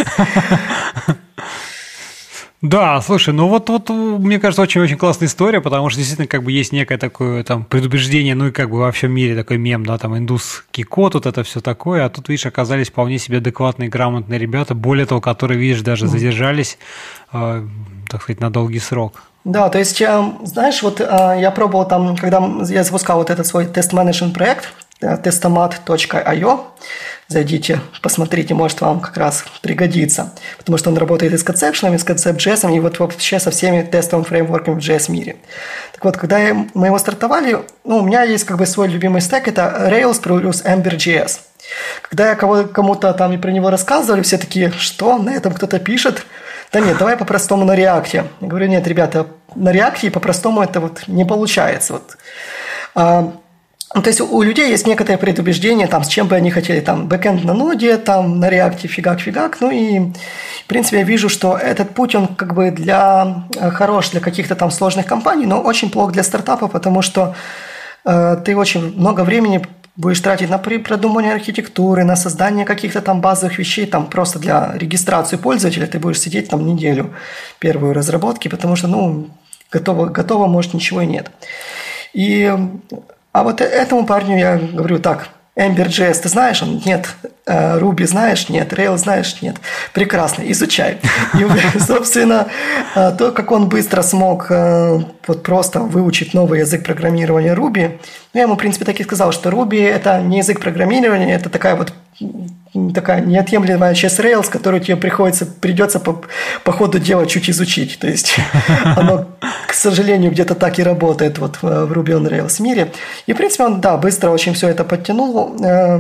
Да, слушай, ну вот, вот мне кажется, очень-очень классная история, потому что действительно как бы есть некое такое там предубеждение, ну и как бы во всем мире такой мем, да, там индусский код, вот это все такое, а тут, видишь, оказались вполне себе адекватные, грамотные ребята, более того, которые, видишь, даже задержались, э, так сказать, на долгий срок. Да, то есть, знаешь, вот я пробовал там, когда я запускал вот этот свой тест-менеджмент проект, тестоmat точка ай о, зайдите, посмотрите, может, вам как раз пригодится, потому что он работает и с концепшенами, и с концепт.js, и вот вообще со всеми тестовыми фреймворками в джей эс мире. Так вот, когда мы его стартовали, ну, у меня есть как бы свой любимый стек, это Rails плюс Ember.js. Когда я кому-то там и про него рассказывали, все такие, что, на этом кто-то пишет? Да нет, давай по-простому на React. Я говорю, нет, ребята, на React по-простому это вот не получается. Вот. А, ну, то есть у людей есть некоторые предубеждения, там, с чем бы они хотели, там, бэкэнд на ноде, там, на React фигак-фигак, ну и, в принципе, я вижу, что этот путь, он как бы для, хорош для каких-то там сложных компаний, но очень плох для стартапа, потому что э, ты очень много времени будешь тратить на продумывание архитектуры, на создание каких-то там базовых вещей, там, просто для регистрации пользователя ты будешь сидеть там неделю первую разработки, потому что, ну, готово, готово, может, ничего и нет. И... А вот этому парню я говорю, так, Ember.js ты знаешь? Он, нет. Ruby знаешь? Нет. Rails знаешь? Нет. Прекрасно, изучай. И, собственно, то, как он быстро смог вот просто выучить новый язык программирования Ruby, ну, я ему, в принципе, так и сказал, что Ruby – это не язык программирования, это такая вот такая неотъемлемая часть Rails, которую тебе приходится, придется по, по ходу дела чуть изучить. То есть оно, к сожалению, где-то так и работает вот в Ruby on Rails мире. И, в принципе, он, да, быстро очень все это подтянул.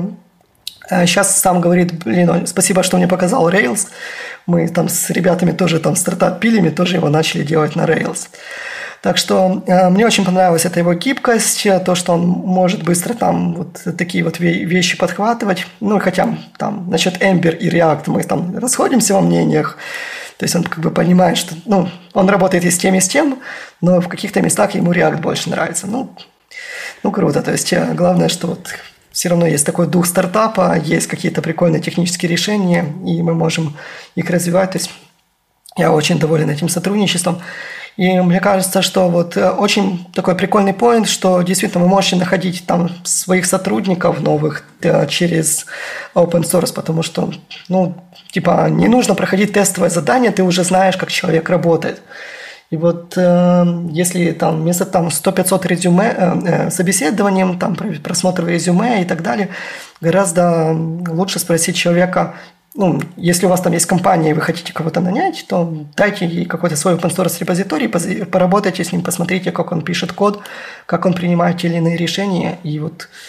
Сейчас сам говорит, блин, спасибо, что мне показал Rails. Мы там с ребятами тоже там стартап пили, мы тоже его начали делать на Rails. Так что э, мне очень понравилась эта его гибкость, то, что он может быстро там вот такие вот вещи подхватывать. Ну, хотя там насчет Ember и React мы там расходимся во мнениях. То есть он как бы понимает, что ну, он работает и с тем, и с тем, но в каких-то местах ему React больше нравится. Ну, ну круто. То есть главное, что вот все равно есть такой дух стартапа, есть какие-то прикольные технические решения, и мы можем их развивать. То есть я очень доволен этим сотрудничеством. И мне кажется, что вот очень такой прикольный поинт, что действительно вы можете находить там своих сотрудников новых через open source, потому что, ну, типа, не нужно проходить тестовое задание, ты уже знаешь, как человек работает. И вот э, если там вместо там сто-пятьсот резюме, э, собеседованием, там просмотр резюме и так далее, гораздо лучше спросить человека. Ну, если у вас там есть компания, и вы хотите кого-то нанять, то дайте ей какой-то свой open source репозиторий, поработайте с ним, посмотрите, как он пишет код, как он принимает те или иные решения. И вот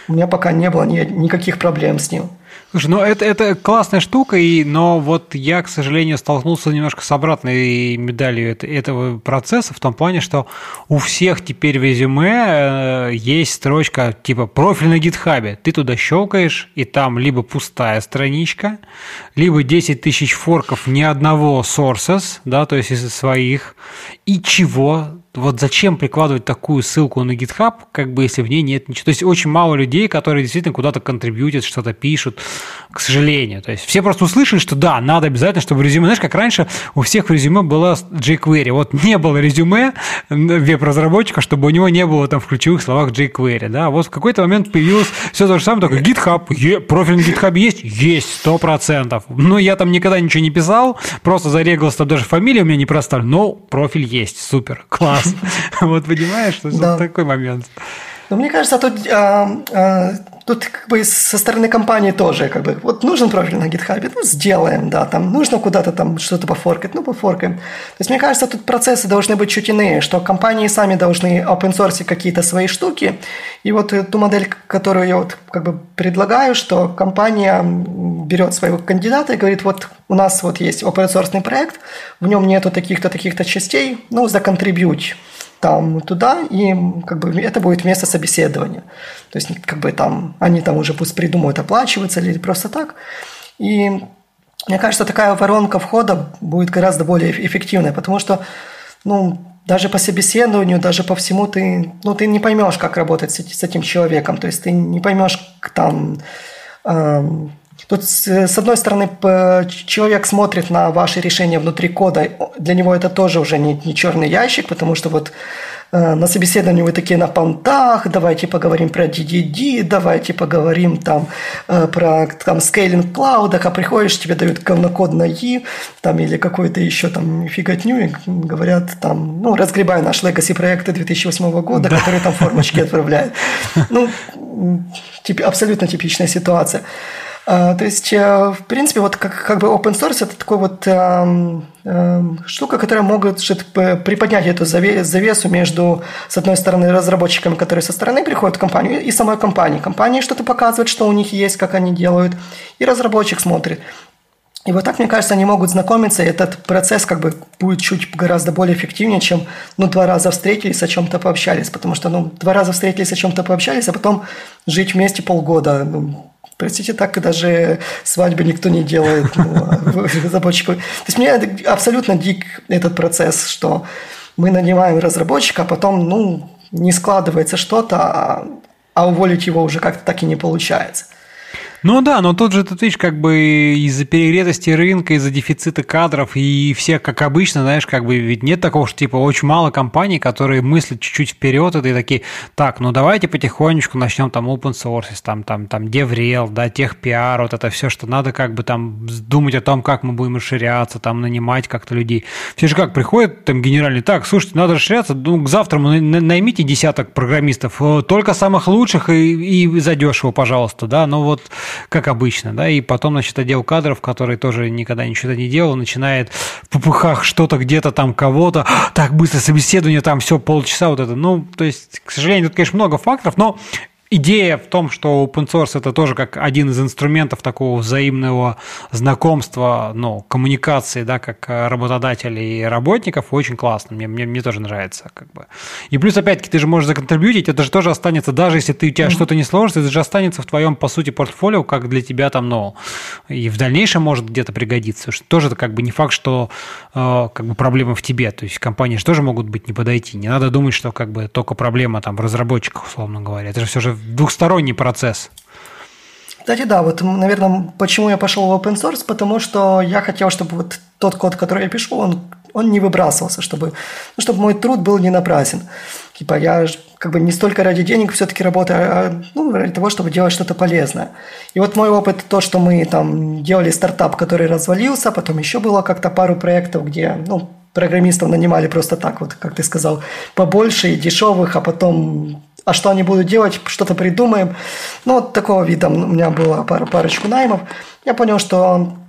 у меня пока не было ни, никаких проблем с ним. Слушай, ну это, это классная штука, и, но вот я, к сожалению, столкнулся немножко с обратной медалью это, этого процесса, в том плане, что у всех теперь в резюме есть строчка типа «профиль на гитхабе». Ты туда щелкаешь, и там либо пустая страничка, либо десять тысяч форков ни одного sources, да, то есть из своих, и чего? Вот зачем прикладывать такую ссылку на GitHub, как бы если в ней нет ничего. То есть очень мало людей, которые действительно куда-то контрибьютят, что-то пишут, к сожалению. То есть все просто услышали, что да, надо обязательно, чтобы резюме... Знаешь, как раньше у всех в резюме было jQuery. Вот не было резюме веб-разработчика, чтобы у него не было там в ключевых словах jQuery. Да? Вот в какой-то момент появилось все то же самое, только GitHub. Е, профиль на GitHub есть? Есть, сто процентов. Но я там никогда ничего не писал, просто зарегался, там даже фамилия у меня не проставлена, но профиль есть, супер, класс. Вот понимаешь, что это такой момент. Но мне кажется, тут, а, а, тут как бы со стороны компании тоже, как бы, вот нужен профиль на GitHub, ну, сделаем, да, там, нужно куда-то там что-то пофоркать, ну, пофоркаем. То есть, мне кажется, тут процессы должны быть чуть иные, что компании сами должны open-source какие-то свои штуки, и вот ту модель, которую я вот как бы предлагаю, что компания берет своего кандидата и говорит, вот у нас вот есть open-source проект, в нем нету таких-то, таких-то частей, ну, законтрибьють там туда, и как бы это будет место собеседования. То есть как бы там они там уже пусть придумают, оплачиваться или просто так. И мне кажется, такая воронка входа будет гораздо более эффективной, потому что, ну, даже по собеседованию, даже по всему ты, ну, ты не поймешь, как работать с, с этим человеком. То есть ты не поймешь там... Эм, Тут, с одной стороны, человек смотрит на ваши решения внутри кода, для него это тоже уже не, не черный ящик, потому что вот э, на собеседовании вы такие на понтах, давайте поговорим про ди ди ди, давайте поговорим там э, про там, скейлинг клаудах, а приходишь, тебе дают говнокод на И, там, или какой-то еще там фиготню, и говорят там, ну, разгребай наш legacy проекты две тысячи восьмого года, да, которые там формочки отправляют. Ну, тип, абсолютно типичная ситуация. Uh, то есть, uh, в принципе, вот как, как бы open source – это такой вот uh, uh, штука, которая может приподнять эту завесу между, с одной стороны, разработчиками, которые со стороны приходят в компанию, и самой компанией. Компания что-то показывает, что у них есть, как они делают, и разработчик смотрит. И вот так, мне кажется, они могут знакомиться, и этот процесс как бы будет чуть гораздо более эффективнее, чем, ну, два раза встретились, о чем-то пообщались. Потому что, ну, два раза встретились, о чем-то пообщались, а потом жить вместе полгода, ну, простите, так и даже свадьбы никто не делает, ну, разработчику. То есть мне абсолютно дик этот процесс, что мы нанимаем разработчика, а потом, ну, не складывается что-то, а, а уволить его уже как-то так и не получается. Ну да, но тут же, ты видишь, как бы из-за перегретости рынка, из-за дефицита кадров и все, как обычно, знаешь, как бы ведь нет такого, что типа очень мало компаний, которые мыслят чуть-чуть вперед, и такие, так, ну давайте потихонечку начнем там open source, там, там, там, DevRel, да, техпиар, вот это все, что надо как бы там думать о том, как мы будем расширяться, там, нанимать как-то людей. Все же как приходят там генеральный, так, слушайте, надо расширяться, ну, к завтра наймите десяток программистов, только самых лучших и, и задешево, пожалуйста, да, ну вот как обычно, да, и потом, значит, отдел кадров, который тоже никогда ничего не делал, начинает в попыхах что-то где-то там кого-то, так быстро собеседование, там все полчаса вот это, ну, то есть, к сожалению, тут, конечно, много факторов, но идея в том, что open source – это тоже как один из инструментов такого взаимного знакомства, ну, коммуникации, да, как работодателей и работников, очень классно. Мне, мне, мне тоже нравится. Как бы. И плюс, опять-таки, ты же можешь законтрибьютить, это же тоже останется, даже если ты, у тебя mm-hmm. что-то не сложится, это же останется в твоем, по сути, портфолио, как для тебя там, ну, и в дальнейшем может где-то пригодиться. Что тоже это как бы не факт, что э, как бы проблема в тебе. То есть компании же тоже могут быть не подойти. Не надо думать, что как бы только проблема там в разработчиках, условно говоря. Это же все же двухсторонний процесс. Кстати, да, вот, наверное, почему я пошел в open source, потому что я хотел, чтобы вот тот код, который я пишу, он, он не выбрасывался, чтобы, ну, чтобы мой труд был не напрасен. Типа я как бы не столько ради денег все-таки работаю, а ну, ради того, чтобы делать что-то полезное. И вот мой опыт, то, что мы там делали стартап, который развалился, потом еще было как-то пару проектов, где, ну, программистов нанимали просто так, вот, как ты сказал, побольше и дешевых, а потом, а что они будут делать, что-то придумаем. Ну, вот такого вида у меня было пара, парочку наймов. Я понял, что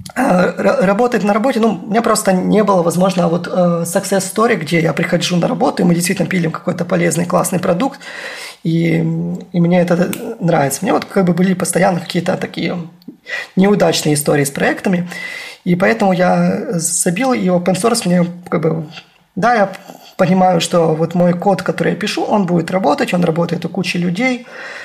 Работать на работе, ну, у меня просто не было, возможно, вот success story, где я прихожу на работу, и мы действительно пилим какой-то полезный, классный продукт, и, и мне это нравится. У меня вот как бы были постоянно какие-то такие неудачные истории с проектами, и поэтому я забил, и open source мне как бы, да, я понимаю, что вот мой код, который я пишу, он будет работать, он работает у кучи людей,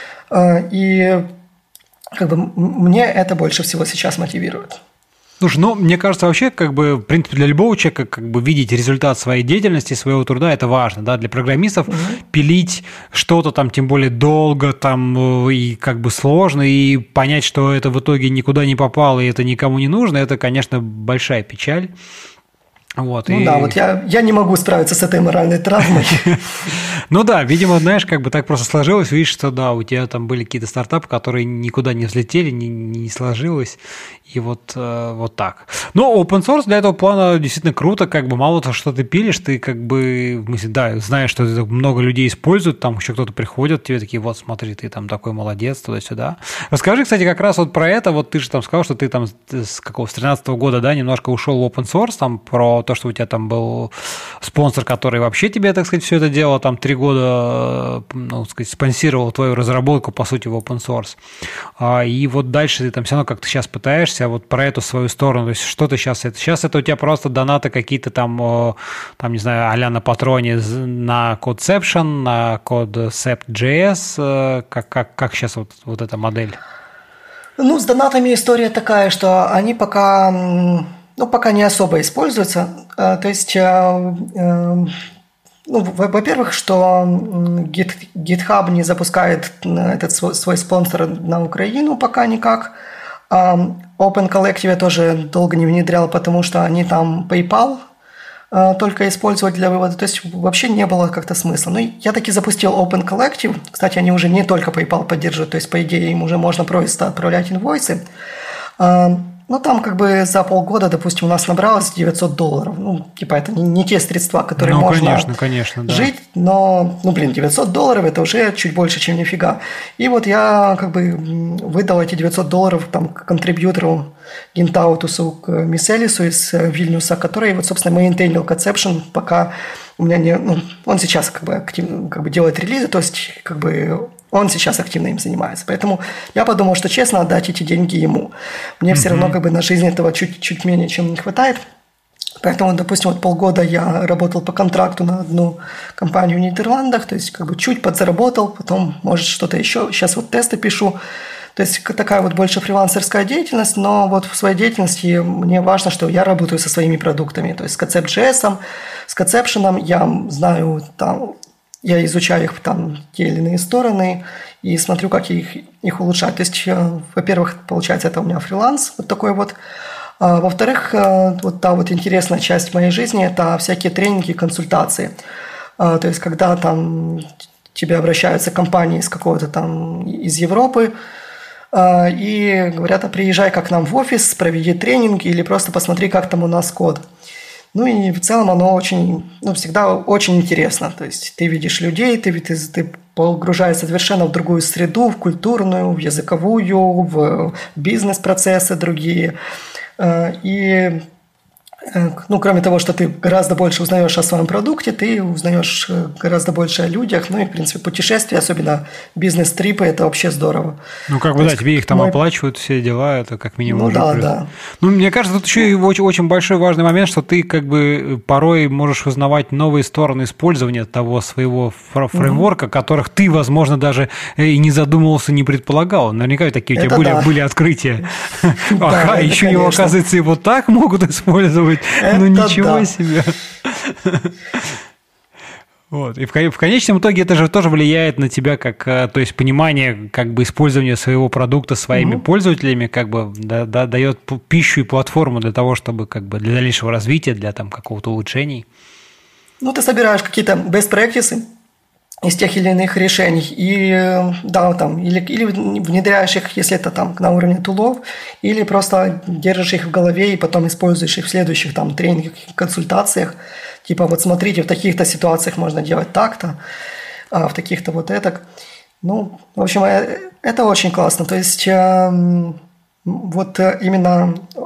и как бы мне это больше всего сейчас мотивирует. Слушай, ну, мне кажется, вообще, как бы, в принципе, для любого человека, как бы, видеть результат своей деятельности, своего труда, это важно, да, для программистов угу. пилить что-то там, тем более долго, там, и как бы сложно, и понять, что это в итоге никуда не попало, и это никому не нужно, это, конечно, большая печаль. Вот, ну и... да, вот я, я не могу справиться с этой моральной травмой. Ну да, видимо, знаешь, как бы так просто сложилось, видишь, что да, у тебя там были какие-то стартапы, которые никуда не взлетели, не, не сложилось, и вот, э, вот так. Но open source для этого плана действительно круто, как бы мало того, что ты пилишь, ты как бы, в смысле, да, знаешь, что это много людей используют, там еще кто-то приходит, тебе такие, вот смотри, ты там такой молодец, туда-сюда. Расскажи, кстати, как раз вот про это, вот ты же там сказал, что ты там с какого, с тринадцатого года, да, немножко ушел в open source, там про то, что у тебя там был спонсор, который вообще тебе, так сказать, все это дело там три года, ну, так сказать, спонсировал твою разработку, по сути, в open source. И вот дальше ты там все равно как-то сейчас пытаешься вот про эту свою сторону, то есть что ты сейчас, это сейчас это у тебя просто донаты какие-то там, там, не знаю, а-ля на Патроне на Codeception, на Codecept.js, как, как, как сейчас вот, вот эта модель? Ну, с донатами история такая, что они пока... Ну, пока не особо используется. То есть, ну, во-первых, что GitHub не запускает этот свой, свой спонсор на Украину пока никак. Open Collective я тоже долго не внедрял, потому что они там PayPal только использовать для вывода. То есть, вообще не было как-то смысла. Ну, я таки запустил Open Collective. Кстати, они уже не только PayPal поддерживают, то есть, по идее, им уже можно просто отправлять инвойсы. Ну, там как бы за полгода, допустим, у нас набралось девятьсот долларов. Ну, типа, это не, не те средства, которые ну, можно конечно, конечно, да. жить, но, ну, блин, девятьсот долларов – это уже чуть больше, чем нифига. И вот я как бы выдал эти девятьсот долларов там контрибьютору Гинтаутусу к Миселису из Вильнюса, который, вот, собственно, мейнтейнил Conception, пока у меня не… Ну, он сейчас как бы активно как бы делает релизы, то есть, как бы… Он сейчас активно им занимается. Поэтому я подумал, что честно отдать эти деньги ему. Мне mm-hmm. все равно как бы на жизнь этого чуть-чуть менее, чем не хватает. Поэтому, допустим, вот полгода я работал по контракту на одну компанию в Нидерландах, то есть как бы чуть подзаработал, потом, может, что-то еще. Сейчас вот тесты пишу. То есть такая вот больше фрилансерская деятельность, но вот в своей деятельности мне важно, что я работаю со своими продуктами. То есть с Concept.js, с Conception я знаю там… Я изучаю их там те или иные стороны и смотрю, как их, их улучшать. То есть, во-первых, получается, это у меня фриланс вот такой вот. А, во-вторых, вот та вот интересная часть моей жизни – это всякие тренинги и консультации. А, то есть, когда там тебе обращаются компании из какого-то там из Европы а, и говорят, а приезжай как к нам в офис, проведи тренинг или просто посмотри, как там у нас код. Ну и в целом оно очень, ну, всегда очень интересно. То есть ты видишь людей, ты, ты, ты погружаешься совершенно в другую среду, в культурную, в языковую, в бизнес-процессы другие. И, ну, кроме того, что ты гораздо больше узнаешь о своем продукте, ты узнаешь гораздо больше о людях. Ну и, в принципе, путешествия, особенно бизнес-трипы, это вообще здорово. Ну, как бы, То да, тебе их там мой... оплачивают, все дела, это как минимум ну, уже да, плюс. да. Ну, мне кажется, тут еще и очень, очень большой важный момент, что ты как бы порой можешь узнавать новые стороны использования того своего фреймворка, mm-hmm. которых ты, возможно, даже и не задумывался, не предполагал. Наверняка такие у тебя были, да. были открытия. Ага, еще его, оказывается, и вот так могут использовать. Ну, ничего себе. Вот. И в, в конечном итоге это же тоже влияет на тебя, как, то есть понимание как бы использования своего продукта своими угу. пользователями, как бы да, да, дает пищу и платформу для того, чтобы как бы для дальнейшего развития, для там какого-то улучшений. Ну, ты собираешь какие-то best practices из тех или иных решений, и да, там, или, или внедряешь их, если это там на уровне тулов, или просто держишь их в голове и потом используешь их в следующих там тренингах, консультациях. Типа, вот смотрите, в таких-то ситуациях можно делать так-то, а в таких-то вот это. Ну, в общем, это очень классно. То есть, вот именно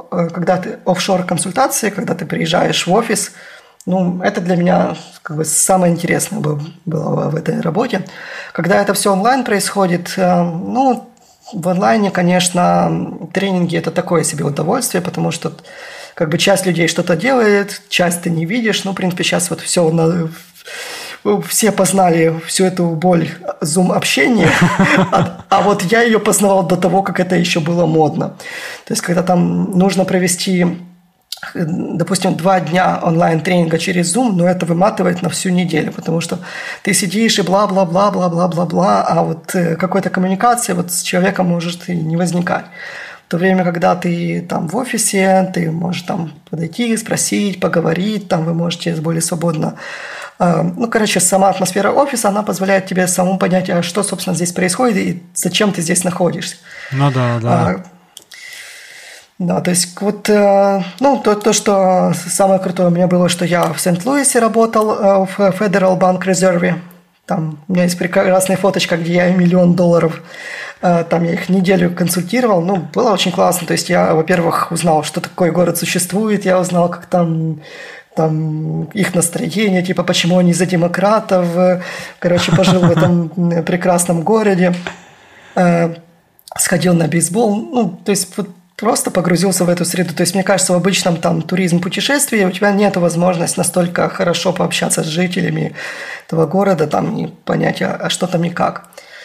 когда ты офшор консультации, когда ты приезжаешь в офис, ну, это для меня как бы самое интересное было в этой работе. Когда это все онлайн происходит, ну, в онлайне, конечно, тренинги – это такое себе удовольствие, потому что как бы часть людей что-то делает, часть ты не видишь. Ну, в принципе, сейчас вот все на... Все познали всю эту боль зум-общения, а, а вот я ее познавал до того, как это еще было модно. То есть, когда там нужно провести, допустим, два дня онлайн-тренинга через Zoom, но это выматывает на всю неделю, потому что ты сидишь и бла-бла-бла-бла-бла-бла-бла, а вот какой-то коммуникации вот с человеком может и не возникать. В то время, когда ты там в офисе, ты можешь там подойти, спросить, поговорить, там вы можете более свободно. Ну, короче, сама атмосфера офиса, она позволяет тебе самому понять, а что, собственно, здесь происходит и зачем ты здесь находишься. Ну да, да. А, да, то есть вот, ну, то, то, что самое крутое у меня было, что я в Сент-Луисе работал в Federal Bank Reserve. Там у меня есть прекрасная фоточка, где я миллион долларов, там я их неделю консультировал. Ну, было очень классно. То есть я, во-первых, узнал, что такой город существует, я узнал, как там... там их настроение, типа, почему они за демократов. Короче, пожил в этом прекрасном городе, сходил на бейсбол. Ну, то есть, вот просто погрузился в эту среду. То есть, мне кажется, в обычном там туризм-путешествии у тебя нет возможности настолько хорошо пообщаться с жителями этого города, там, и понять, а что там и как.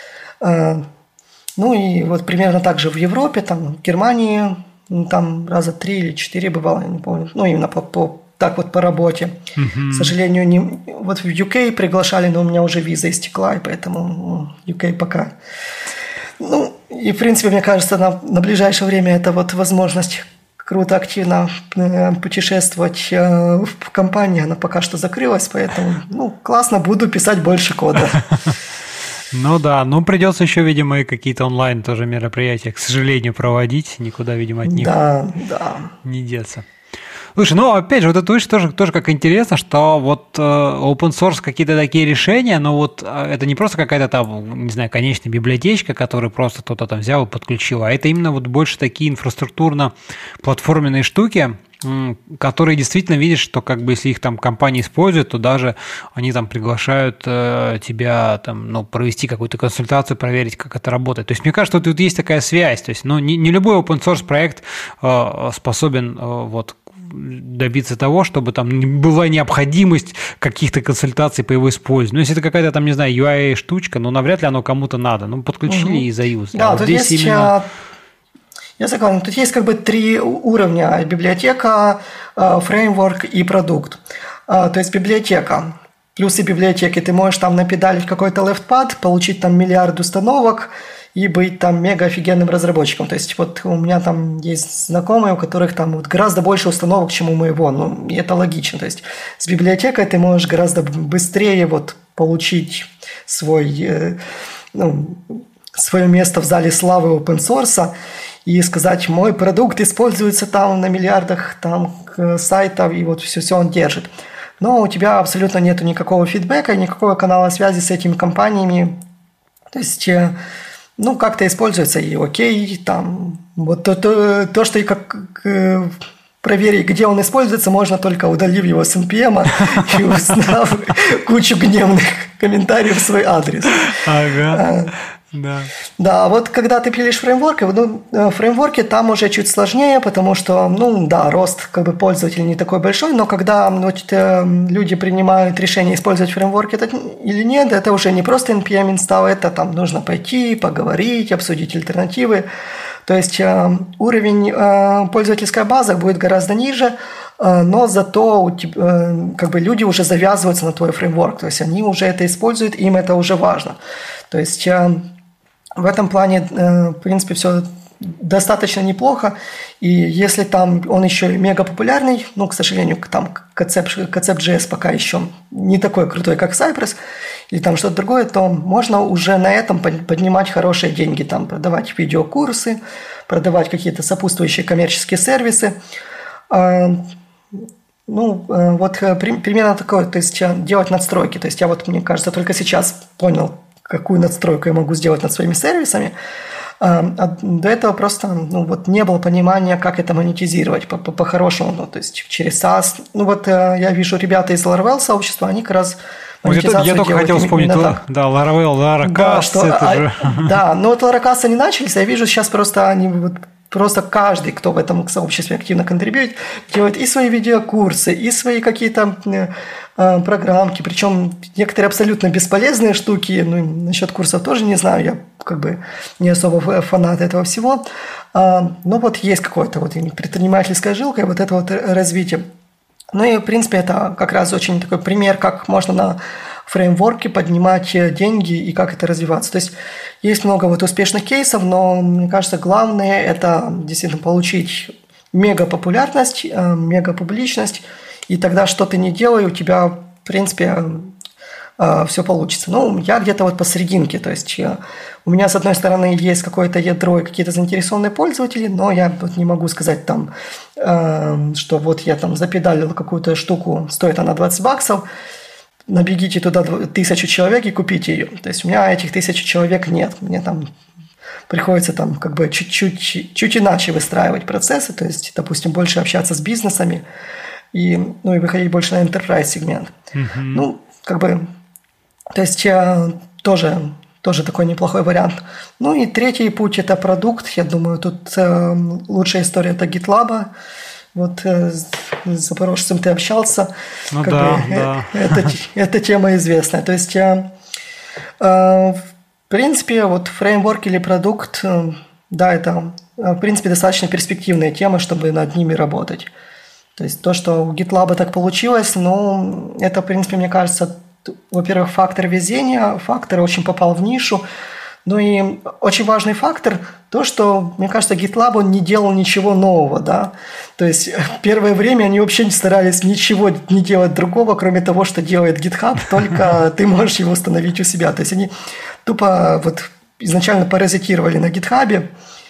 Ну, и вот примерно так же в Европе, там, в Германии, там раза три или четыре бывало, я не помню. Ну, именно по, по так вот по работе. Mm-hmm. К сожалению, не... вот в ю кей приглашали, но у меня уже виза истекла, и поэтому ю кей пока... Ну, и, в принципе, мне кажется, на, на ближайшее время это вот возможность круто, активно путешествовать в компании, она пока что закрылась, поэтому, ну, классно, буду писать больше кода. Ну да, ну придется еще, видимо, и какие-то онлайн тоже мероприятия, к сожалению, проводить, никуда, видимо, от них да, да. не деться. Слушай, ну, опять же, вот это видишь, тоже, тоже как интересно, что вот э, open source какие-то такие решения, но вот э, это не просто какая-то там, не знаю, конечная библиотечка, которую просто кто-то там взял и подключил, а это именно вот больше такие инфраструктурно-платформенные штуки, м, которые действительно видишь, что как бы если их там компании используют, то даже они там приглашают э, тебя там, ну, провести какую-то консультацию, проверить, как это работает. То есть мне кажется, что тут есть такая связь, то есть, ну, не, не любой open source проект э, способен э, вот добиться того, чтобы там была необходимость каких-то консультаций по его использованию. Ну, если это какая-то там, не знаю, ю ай-штучка, ну, навряд ли оно кому-то надо. Ну, подключили угу. и заюзали. Да, а вот тут здесь есть, именно... Я согласен. Тут есть как бы три уровня. Библиотека, фреймворк и продукт. То есть библиотека. Плюсы библиотеки. Ты можешь там напедалить какой-то лефтпад, получить там миллиард установок, и быть там мега офигенным разработчиком. То есть вот у меня там есть знакомые, у которых там вот гораздо больше установок, чем у моего. Ну, и это логично. То есть с библиотекой ты можешь гораздо быстрее вот получить свой, ну, свое место в зале славы open source и сказать, мой продукт используется там на миллиардах там сайтов, и вот все-все он держит. Но у тебя абсолютно нет никакого фидбэка, никакого канала связи с этими компаниями. То есть... Ну, как-то используется и окей, там, вот то, то, то что и как э, проверить, где он используется, можно только удалив его с эн пи эм и узнав кучу гневных комментариев в свой адрес. Ага, да. Да, а вот когда ты пилишь фреймворки, ну, фреймворки там уже чуть сложнее, потому что, ну, да, рост как бы пользователей не такой большой, но когда вот, люди принимают решение использовать фреймворки это, или нет, это уже не просто эн пи эм инсталл, это там нужно пойти, поговорить, обсудить альтернативы. То есть э, уровень э, пользовательской базы будет гораздо ниже, э, но зато у тебя, э, как бы люди уже завязываются на твой фреймворк, то есть они уже это используют, им это уже важно. То есть э, в этом плане, э, в принципе, все достаточно неплохо, и если там он еще мега популярный, ну, к сожалению, там Concept.js пока еще не такой крутой, как Cypress, или там что-то другое, то можно уже на этом поднимать хорошие деньги, там продавать видеокурсы, продавать какие-то сопутствующие коммерческие сервисы. Ну, вот примерно такое, то есть делать надстройки. То есть я вот, мне кажется, только сейчас понял, какую надстройку я могу сделать над своими сервисами. А, а до этого просто ну, вот не было понимания, как это монетизировать по- по- по-хорошему, ну, то есть через SaaS. Ну вот я вижу ребята из Laravel сообщества, они как раз Вот я, я только хотел вспомнить, да, Laravel, Laracast, да, что, это а, же... Да, но вот Laracast они начались, я вижу сейчас просто они вот просто каждый, кто в этом сообществе активно контрибьютит, делает и свои видеокурсы, и свои какие-то э, программки, причем некоторые абсолютно бесполезные штуки, ну, насчет курсов тоже не знаю, я как бы не особо фанат этого всего, а, но вот есть какое-то вот предпринимательская жилка и вот это вот развитие. Ну и, в принципе, это как раз очень такой пример, как можно на фреймворке поднимать деньги и как это развиваться. То есть есть много вот успешных кейсов, но, мне кажется, главное – это действительно получить мегапопулярность, мегапубличность, и тогда, что ты не делай, у тебя, в принципе, все получится. Ну, я где-то вот посерединке, то есть у меня, с одной стороны, есть какое-то ядро и какие-то заинтересованные пользователи, но я вот не могу сказать там, что вот я там запедалил какую-то штуку, стоит она двадцать баксов, набегите туда тысячу человек и купите ее. То есть у меня этих тысячи человек нет. Мне там приходится там как бы чуть-чуть чуть иначе выстраивать процессы, то есть, допустим, больше общаться с бизнесами и, ну, и выходить больше на enterprise сегмент. Mm-hmm. Ну, как бы, то есть тоже, тоже такой неплохой вариант. Ну и третий путь – это продукт. Я думаю, тут э, лучшая история – это GitLab. Вот э, с запорожцем ты общался. Ну как да, бы, да. Э, это, это тема известная. То есть, э, э, в принципе, вот фреймворк или продукт, э, да, это, в принципе, достаточно перспективная тема, чтобы над ними работать. То есть, то, что у GitLab так получилось, ну, это, в принципе, мне кажется, во-первых, фактор везения, фактор очень попал в нишу. Ну и очень важный фактор то, что, мне кажется, GitLab он не делал ничего нового, да. То есть первое время они вообще не старались ничего не делать другого, кроме того, что делает GitHub, только ты можешь его установить у себя. То есть они тупо вот изначально паразитировали на GitHub,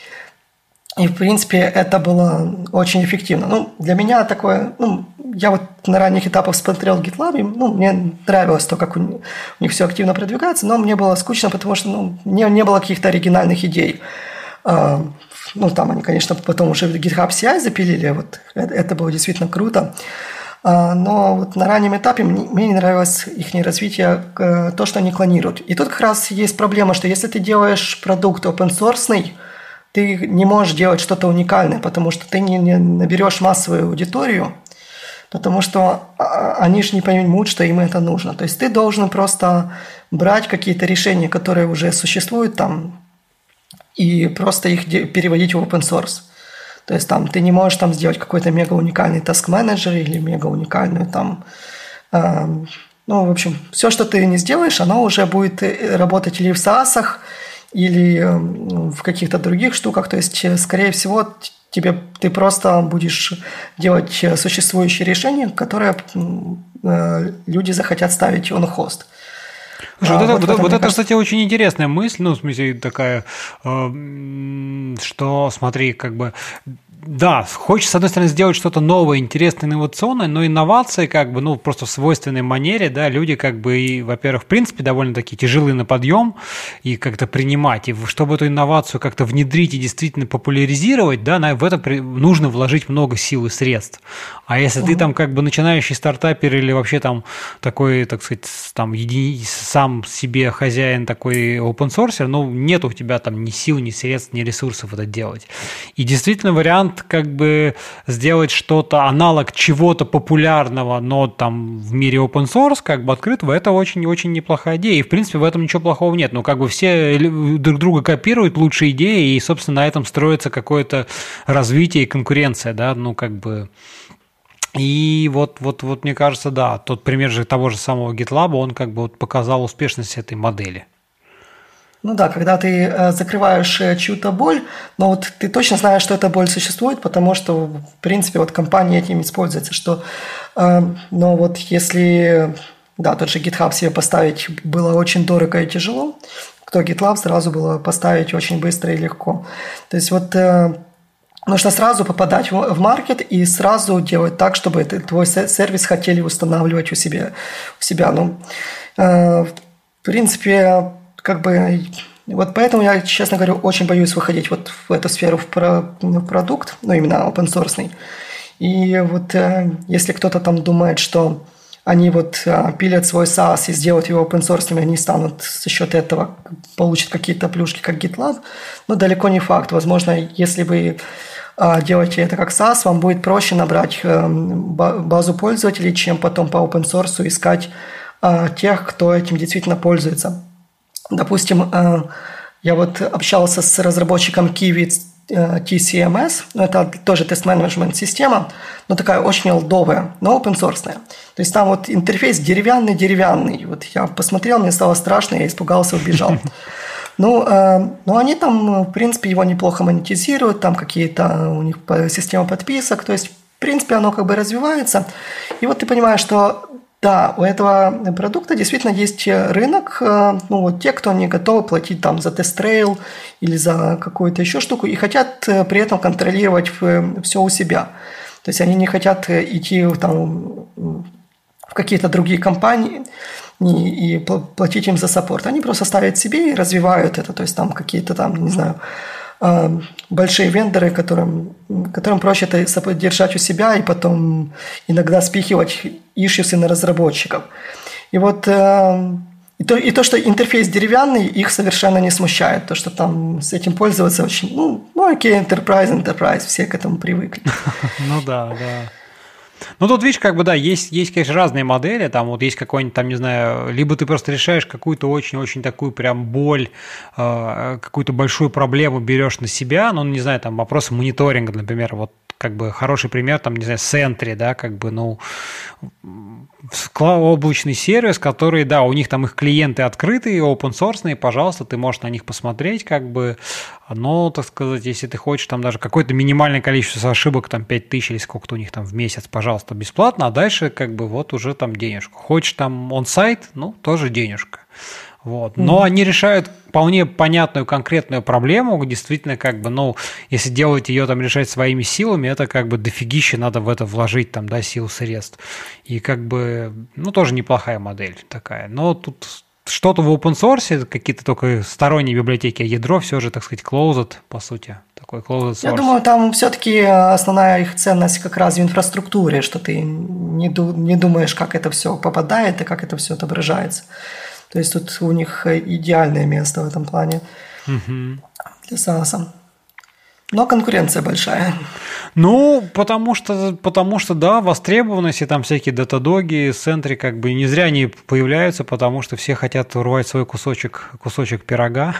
и, в принципе, это было очень эффективно. Ну, для меня такое... Ну, я вот на ранних этапах смотрел GitLab, и, ну, мне нравилось то, как у них, у них все активно продвигается, но мне было скучно, потому что ну, не, не было каких-то оригинальных идей. А, ну, там они, конечно, потом уже GitHub си ай запилили, вот это, это было действительно круто. А, но вот на раннем этапе мне, мне не нравилось их развитие, то, что они клонируют. И тут как раз есть проблема, что если ты делаешь продукт open-source, ты не можешь делать что-то уникальное, потому что ты не, не наберешь массовую аудиторию, потому что они же не поймут, что им это нужно. То есть ты должен просто брать какие-то решения, которые уже существуют там, и просто их переводить в open source. То есть там ты не можешь там сделать какой-то мега уникальный task manager или мега уникальную там... Э, ну, в общем, все, что ты не сделаешь, оно уже будет работать или в SaaS, или в каких-то других штуках. То есть, скорее всего, тебе, ты просто будешь делать существующие решения, которые э, люди захотят ставить on host. Слушай, а, вот, вот, это, вот это, кажется... кстати, очень интересная мысль, ну, в смысле, такая, э, что, смотри, как бы... Да, хочется, с одной стороны, сделать что-то новое, интересное, инновационное, но инновации, как бы, ну, просто в свойственной манере, да, люди, как бы, и, во-первых, в принципе, довольно-таки тяжелые на подъем и как-то принимать, и чтобы эту инновацию как-то внедрить и действительно популяризировать, да, в это нужно вложить много сил и средств. А если mm-hmm. ты там, как бы, начинающий стартапер или вообще там такой, так сказать, там, еди... сам себе хозяин такой open-sourcer, ну, нет у тебя там ни сил, ни средств, ни ресурсов это делать. И действительно вариант как бы сделать что-то, аналог чего-то популярного, но там в мире open source, как бы открытого, это очень-очень неплохая идея. И, в принципе, в этом ничего плохого нет. Ну, как бы все друг друга копируют, лучшие идеи, и, собственно, на этом строится какое-то развитие и конкуренция, да, ну, как бы... И вот, вот, вот, мне кажется, да, тот пример же того же самого GitLab, он как бы вот показал успешность этой модели. Ну да, когда ты э, закрываешь э, чью-то боль, но вот ты точно знаешь, что эта боль существует, потому что, в принципе, вот компания этим используется, что, э, но вот если, да, тот же GitHub себе поставить было очень дорого и тяжело, то GitLab сразу было поставить очень быстро и легко. То есть вот э, нужно сразу попадать в, в маркет и сразу делать так, чтобы ты, твой сервис хотели устанавливать у себя. У себя. Ну, э, в принципе... Как бы Вот поэтому я, честно говоря, очень боюсь выходить вот в эту сферу, в, про, в продукт, ну, именно open source. И вот э, если кто-то там думает, что они вот э, пилят свой SaaS и сделают его open source, они станут за счет этого, получат какие-то плюшки, как GitLab, но далеко не факт. Возможно, если вы э, делаете это как SaaS, вам будет проще набрать э, базу пользователей, чем потом по open source искать э, тех, кто этим действительно пользуется. Допустим, э, я вот общался с разработчиком Kiwi ти си эм эс, это тоже тест-менеджмент система, но такая очень олдовая, но open-source. То есть там вот интерфейс деревянный-деревянный. Вот я посмотрел, мне стало страшно, я испугался, убежал. Ну, э, ну, они там, в принципе, его неплохо монетизируют, там какие-то у них система подписок, то есть, в принципе, оно как бы развивается. И вот ты понимаешь, что да, у этого продукта действительно есть рынок, ну вот те, кто не готовы платить там за тест-трейл или за какую-то еще штуку и хотят при этом контролировать все у себя. То есть они не хотят идти там в какие-то другие компании и платить им за саппорт. Они просто ставят себе и развивают это. То есть там какие-то там, не знаю, большие вендоры, которым, которым проще это держать у себя и потом иногда спихивать ишьюсы на разработчиков. И вот и то, и то, что интерфейс деревянный, их совершенно не смущает. То, что там с этим пользоваться очень... Ну, ну окей, enterprise, enterprise, все к этому привыкли. Ну да, да. Ну, тут, видишь, как бы, да, есть, есть, конечно, разные модели, там вот есть какой-нибудь, там, не знаю, либо ты просто решаешь какую-то очень-очень такую прям боль, э, какую-то большую проблему берешь на себя, ну, не знаю, там, вопросы мониторинга, например, вот, как бы, хороший пример, там, не знаю, Sentry, да, как бы, ну, облачный сервис, который, да, у них там их клиенты открытые, open-source, пожалуйста, ты можешь на них посмотреть, как бы, но, так сказать, если ты хочешь там даже какое-то минимальное количество ошибок, там пять тысяч или сколько-то у них там в месяц, пожалуйста, бесплатно, а дальше как бы вот уже там денежку. Хочешь там он-сайт, ну, тоже денежка. Вот. Но mm-hmm. они решают вполне понятную конкретную проблему, действительно, как бы, ну, если делать ее там решать своими силами, это как бы дофигища надо в это вложить, там, да, сил, средств. И как бы, ну, тоже неплохая модель такая. Но тут что-то в open source, какие-то только сторонние библиотеки, а ядро все же, так сказать, closed, по сути, такой closed source. Я думаю, там все-таки основная их ценность как раз в инфраструктуре, что ты не, ду- не думаешь, как это все попадает и как это все отображается. То есть тут у них идеальное место в этом плане угу. для SaaS. Но конкуренция большая. Ну, потому что, потому что, да, востребованность, и там всякие датадоги, Sentry, как бы не зря они появляются, потому что все хотят урвать свой кусочек, кусочек пирога.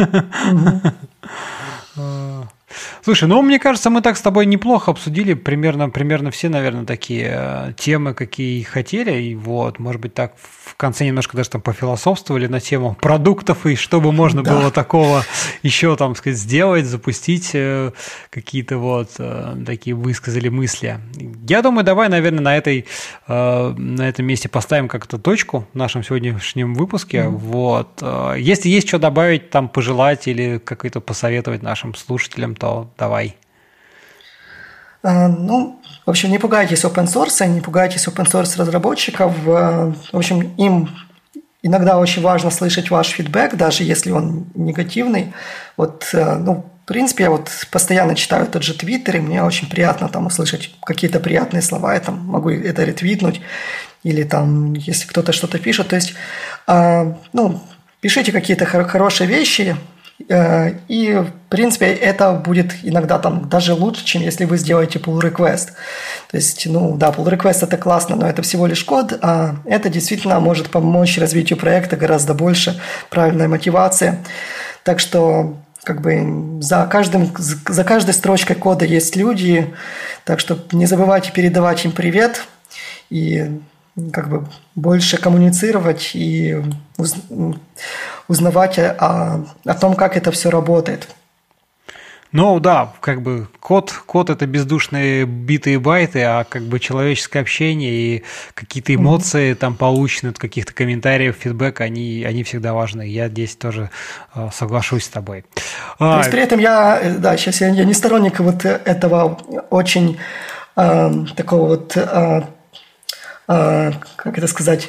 Слушай, ну, мне кажется, мы так с тобой неплохо обсудили примерно, примерно все, наверное, такие темы, какие хотели, и вот, может быть, так в конце немножко даже там пофилософствовали на тему продуктов, и что бы можно да. было такого еще, там, сказать, сделать, запустить, какие-то вот такие высказали мысли. Я думаю, давай, наверное, на, этой, на этом месте поставим как-то точку в нашем сегодняшнем выпуске, mm-hmm. вот. Если есть что добавить, там, пожелать или какое-то посоветовать нашим слушателям, то давай. А, ну, в общем, не пугайтесь open source, не пугайтесь open source разработчиков. В общем, им иногда очень важно слышать ваш фидбэк, даже если он негативный. Вот, ну, в принципе, я вот постоянно читаю тот же Твиттер, и мне очень приятно там услышать какие-то приятные слова, я там могу это ретвитнуть, или там, если кто-то что-то пишет. То есть, ну, пишите какие-то хорошие вещи, и, в принципе, это будет иногда там даже лучше, чем если вы сделаете pull request. То есть, ну да, pull request это классно, но это всего лишь код, а это действительно может помочь развитию проекта гораздо больше, правильная мотивация. Так что, как бы, за, каждым, за каждой строчкой кода есть люди, так что не забывайте передавать им привет и как бы больше коммуницировать и уз, узнавать о, о том, как это все работает. Ну да, как бы код, код это бездушные биты и байты, а как бы человеческое общение и какие-то эмоции mm-hmm. там получены от каких-то комментариев, фидбэка, они, они всегда важны. Я здесь тоже э, соглашусь с тобой. То есть при этом я, да, сейчас я, я не сторонник вот этого очень э, такого вот, э, э, как это сказать,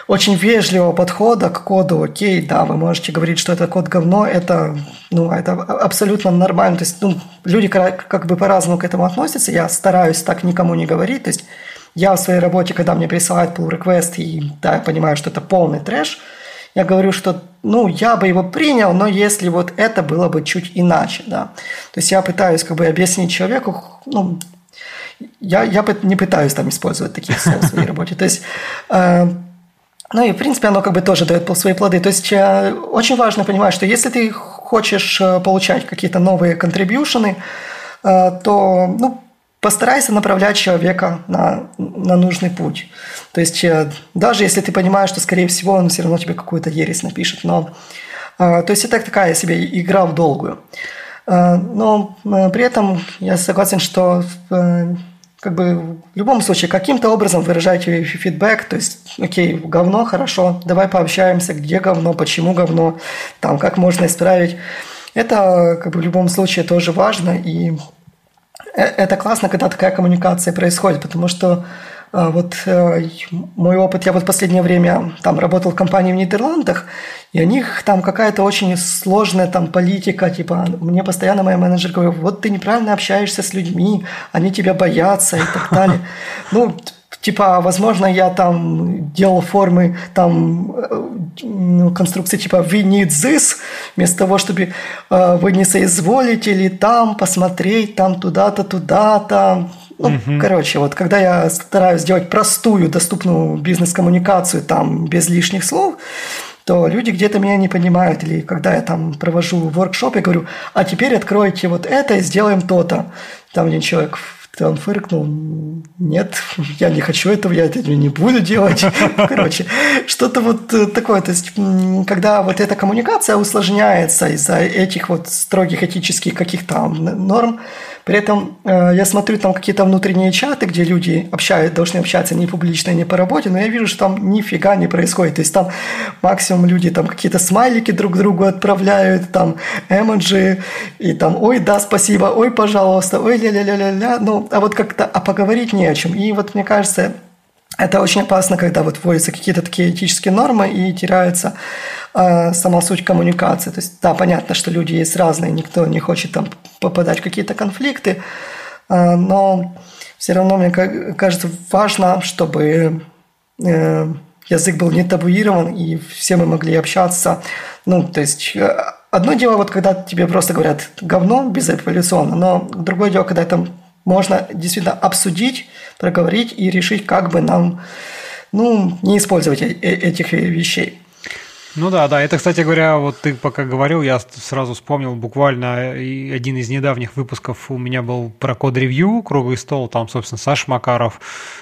очень вежливого подхода к коду. Окей, да, вы можете говорить, что это код говно, это, ну, это абсолютно нормально. То есть, ну, люди как, как бы по-разному к этому относятся. Я стараюсь так никому не говорить. То есть я в своей работе, когда мне присылают pull request, и да, я понимаю, что это полный трэш, я говорю, что, ну, я бы его принял, но если вот это было бы чуть иначе, да. То есть я пытаюсь как бы объяснить человеку, ну, я, я не пытаюсь там использовать таких слов в своей работе. То есть, э, ну и в принципе оно как бы тоже дает свои плоды. То есть э, очень важно понимать, что если ты хочешь получать какие-то новые контрибьюшены, э, то, ну, постарайся направлять человека на, на нужный путь. То есть даже если ты понимаешь, что, скорее всего, он все равно тебе какую-то ересь напишет. Но, то есть это такая себе игра в долгую. Но при этом я согласен, что как бы в любом случае каким-то образом выражайте фидбэк. То есть, окей, говно, хорошо, давай пообщаемся, где говно, почему говно, там, как можно исправить. Это как бы в любом случае тоже важно, и это классно, когда такая коммуникация происходит, потому что э, вот э, мой опыт, я вот в последнее время там работал в компании в Нидерландах, и у них там какая-то очень сложная там политика, типа мне постоянно моя менеджер говорит, вот ты неправильно общаешься с людьми, они тебя боятся и так далее. Ну, типа, возможно, я там делал формы там ну, конструкции типа we need this, вместо того, чтобы э, вы не соизволите или там посмотреть, там туда-то, туда-то. Ну, угу. Короче, вот когда я стараюсь сделать простую, доступную бизнес-коммуникацию там без лишних слов, то люди где-то меня не понимают. Или когда я там провожу воркшоп, я говорю, а теперь откройте вот это и сделаем то-то. Там один человек там фыркнул, нет, я не хочу этого, я это не буду делать. Короче, что-то вот такое. То есть, когда вот эта коммуникация усложняется из-за этих вот строгих этических каких-то норм, при этом э, я смотрю там какие-то внутренние чаты, где люди общают, должны общаться не публично, не по работе, но я вижу, что там нифига не происходит. То есть там максимум люди там какие-то смайлики друг другу отправляют, там эмоджи, и там ой, да, спасибо, ой, пожалуйста, ой, ля-ля-ля-ля-ля. Ну, а вот как-то а поговорить не о чем. И вот мне кажется, это очень опасно, когда вот вводятся какие-то такие этические нормы и теряется э, сама суть коммуникации. То есть, да, понятно, что люди есть разные, никто не хочет там попадать в какие-то конфликты, э, но все равно, мне кажется, важно, чтобы э, язык был не табуирован, и все мы могли общаться. Ну, то есть, э, одно дело, вот когда тебе просто говорят говно безапелляционно, но другое дело, когда это можно действительно обсудить, проговорить и решить, как бы нам ну, не использовать этих вещей. Ну да, да. Это, кстати говоря, вот ты пока говорил, я сразу вспомнил буквально один из недавних выпусков у меня был про код-ревью, круглый стол, там, собственно, Саша Макаров,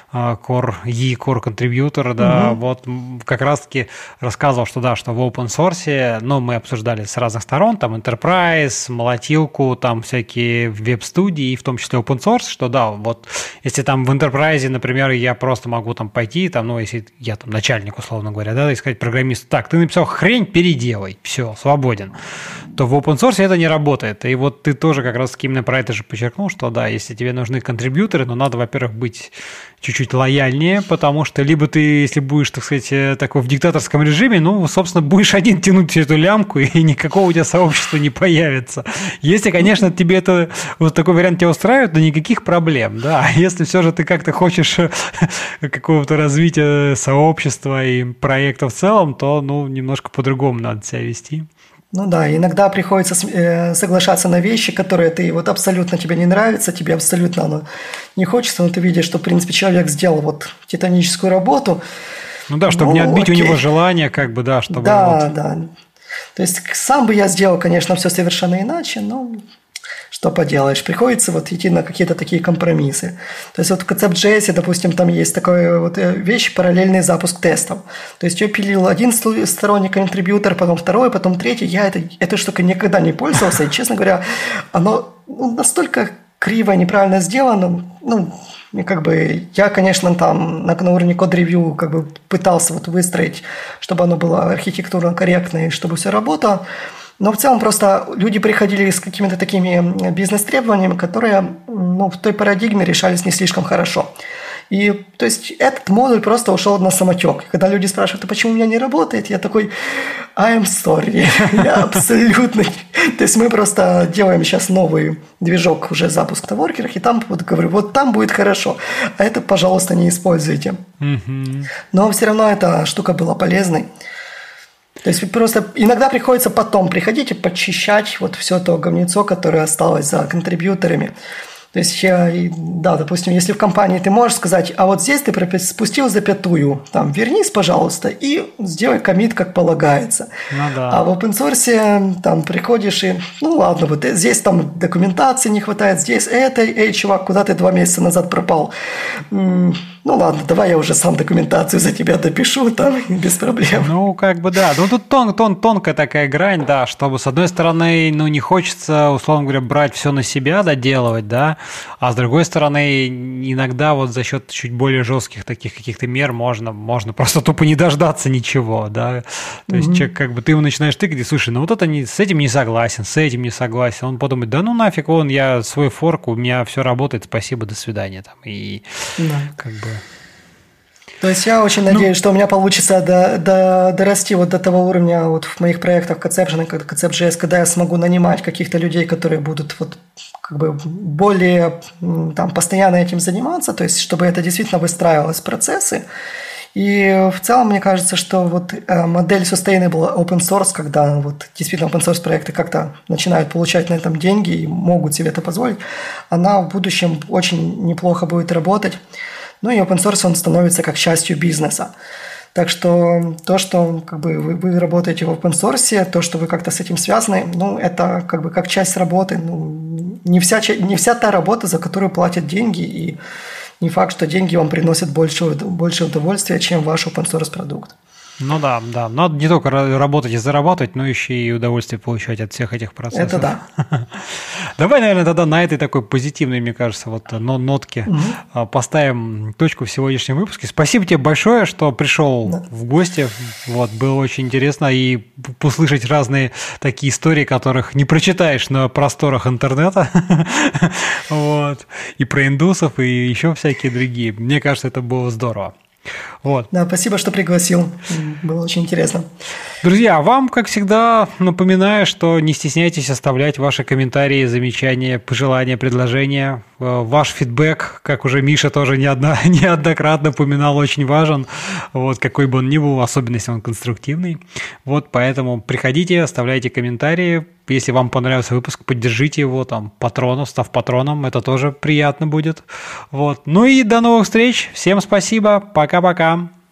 Core E, Core Contributor, да, угу. Вот как раз-таки рассказывал, что да, что в open source, ну, мы обсуждали с разных сторон, там, Enterprise, молотилку, там, всякие веб-студии, в том числе open source, что да, вот, если там в Enterprise, например, я просто могу там пойти, там, ну, если я там начальник, условно говоря, да, и сказать программисту, так, ты написал хрень, переделай, все, свободен, то в open source это не работает. И вот ты тоже как раз-таки именно про это же подчеркнул, что да, если тебе нужны контрибьюторы, но надо, во-первых, быть чуть-чуть лояльнее, потому что либо ты, если будешь, так сказать, такой в диктаторском режиме, ну, собственно, будешь один тянуть всю эту лямку, и никакого у тебя сообщества не появится. Если, конечно, тебе это, вот такой вариант тебя устраивает, то никаких проблем, да. Если все же ты как-то хочешь какого-то развития сообщества и проекта в целом, то, ну, немножко по-другому надо себя вести. Ну да, иногда приходится соглашаться на вещи, которые ты вот абсолютно тебе не нравятся, тебе абсолютно оно не хочется, но ты видишь, что, в принципе, человек сделал вот титаническую работу. Ну да, чтобы ну, не отбить окей. у него желание, как бы, да, чтобы... Да, вот... да. То есть сам бы я сделал, конечно, все совершенно иначе, но... Что поделаешь, приходится вот идти на какие-то такие компромиссы. То есть вот в концепт.js, допустим, там есть такая вот вещь, параллельный запуск тестов. То есть я пилил один сторонний контрибьютор, потом второй, потом третий. Я это, этой штукой никогда не пользовался, и, честно говоря, оно ну, настолько криво и неправильно сделано. Ну, как бы я, конечно, там на, на уровне код-ревью как бы пытался вот выстроить, чтобы оно было архитектурно корректно и чтобы все работало. Но в целом просто люди приходили с какими-то такими бизнес-требованиями, которые ну, в той парадигме решались не слишком хорошо. И, то есть, этот модуль просто ушел на самотек. И когда люди спрашивают, а почему у меня не работает, я такой, I'm sorry, я абсолютно... То есть, мы просто делаем сейчас новый движок, уже запуск на воркерах, и там, вот говорю, вот там будет хорошо, а это, пожалуйста, не используйте. Но все равно эта штука была полезной. То есть просто иногда приходится потом приходить и подчищать вот все то говнецо, которое осталось за контрибьюторами. То есть, я, да, допустим, если в компании ты можешь сказать, а вот здесь ты спустил запятую, там, вернись, пожалуйста, и сделай коммит, как полагается. Ну, да. А в open source там приходишь и, ну ладно, вот здесь там документации не хватает, здесь этой, эй, чувак, куда ты два месяца назад пропал? Ну ладно, давай я уже сам документацию за тебя допишу, там, без проблем. Ну, как бы да. Ну, тут тон, тон, тонкая такая грань, да, чтобы, с одной стороны, ну, не хочется, условно говоря, брать все на себя, доделывать, да, а с другой стороны, иногда вот за счет чуть более жестких таких каких-то мер можно, можно просто тупо не дождаться ничего, да. То есть, mm-hmm. человек, как бы, ты ему начинаешь тыкать, и, слушай, ну, вот это не, с этим не согласен, с этим не согласен. Он подумает, да ну нафиг, он, я свой форк, у меня все работает, спасибо, до свидания, там, и mm-hmm. как бы... То есть я очень надеюсь, ну, что у меня получится до, до, дорасти вот до того уровня вот в моих проектах Conception, как Concept.js, когда я смогу нанимать каких-то людей, которые будут вот как бы более там постоянно этим заниматься, то есть чтобы это действительно выстраивалось в процессы. И в целом мне кажется, что вот модель sustainable open source, когда вот действительно open source проекты как-то начинают получать на этом деньги и могут себе это позволить, она в будущем очень неплохо будет работать. Ну и open source, он становится как частью бизнеса. Так что то, что как бы, вы, вы работаете в open source, то, что вы как-то с этим связаны, ну, это как бы как часть работы. Ну, не, вся, не вся та работа, за которую платят деньги, и не факт, что деньги вам приносят больше, больше удовольствия, чем ваш open source продукт. Ну да, да. Надо не только работать и зарабатывать, но еще и удовольствие получать от всех этих процессов. Это да. Давай, наверное, тогда на этой такой позитивной, мне кажется, вот нотке угу. поставим точку в сегодняшнем выпуске. Спасибо тебе большое, что пришел да. в гости. Вот, было очень интересно и услышать разные такие истории, которых не прочитаешь на просторах интернета. Вот. И про индусов, и еще всякие другие. Мне кажется, это было здорово. Вот. Да, спасибо, что пригласил. Было очень интересно. Друзья, вам, как всегда, напоминаю, что не стесняйтесь оставлять ваши комментарии, замечания, пожелания, предложения. Ваш фидбэк, как уже Миша тоже неодно, неоднократно упоминал, очень важен. Вот, какой бы он ни был, особенно если он конструктивный. Вот, поэтому приходите, оставляйте комментарии. Если вам понравился выпуск, поддержите его, там, патроном, став патроном, это тоже приятно будет. Вот. Ну и до новых встреч, всем спасибо, пока-пока.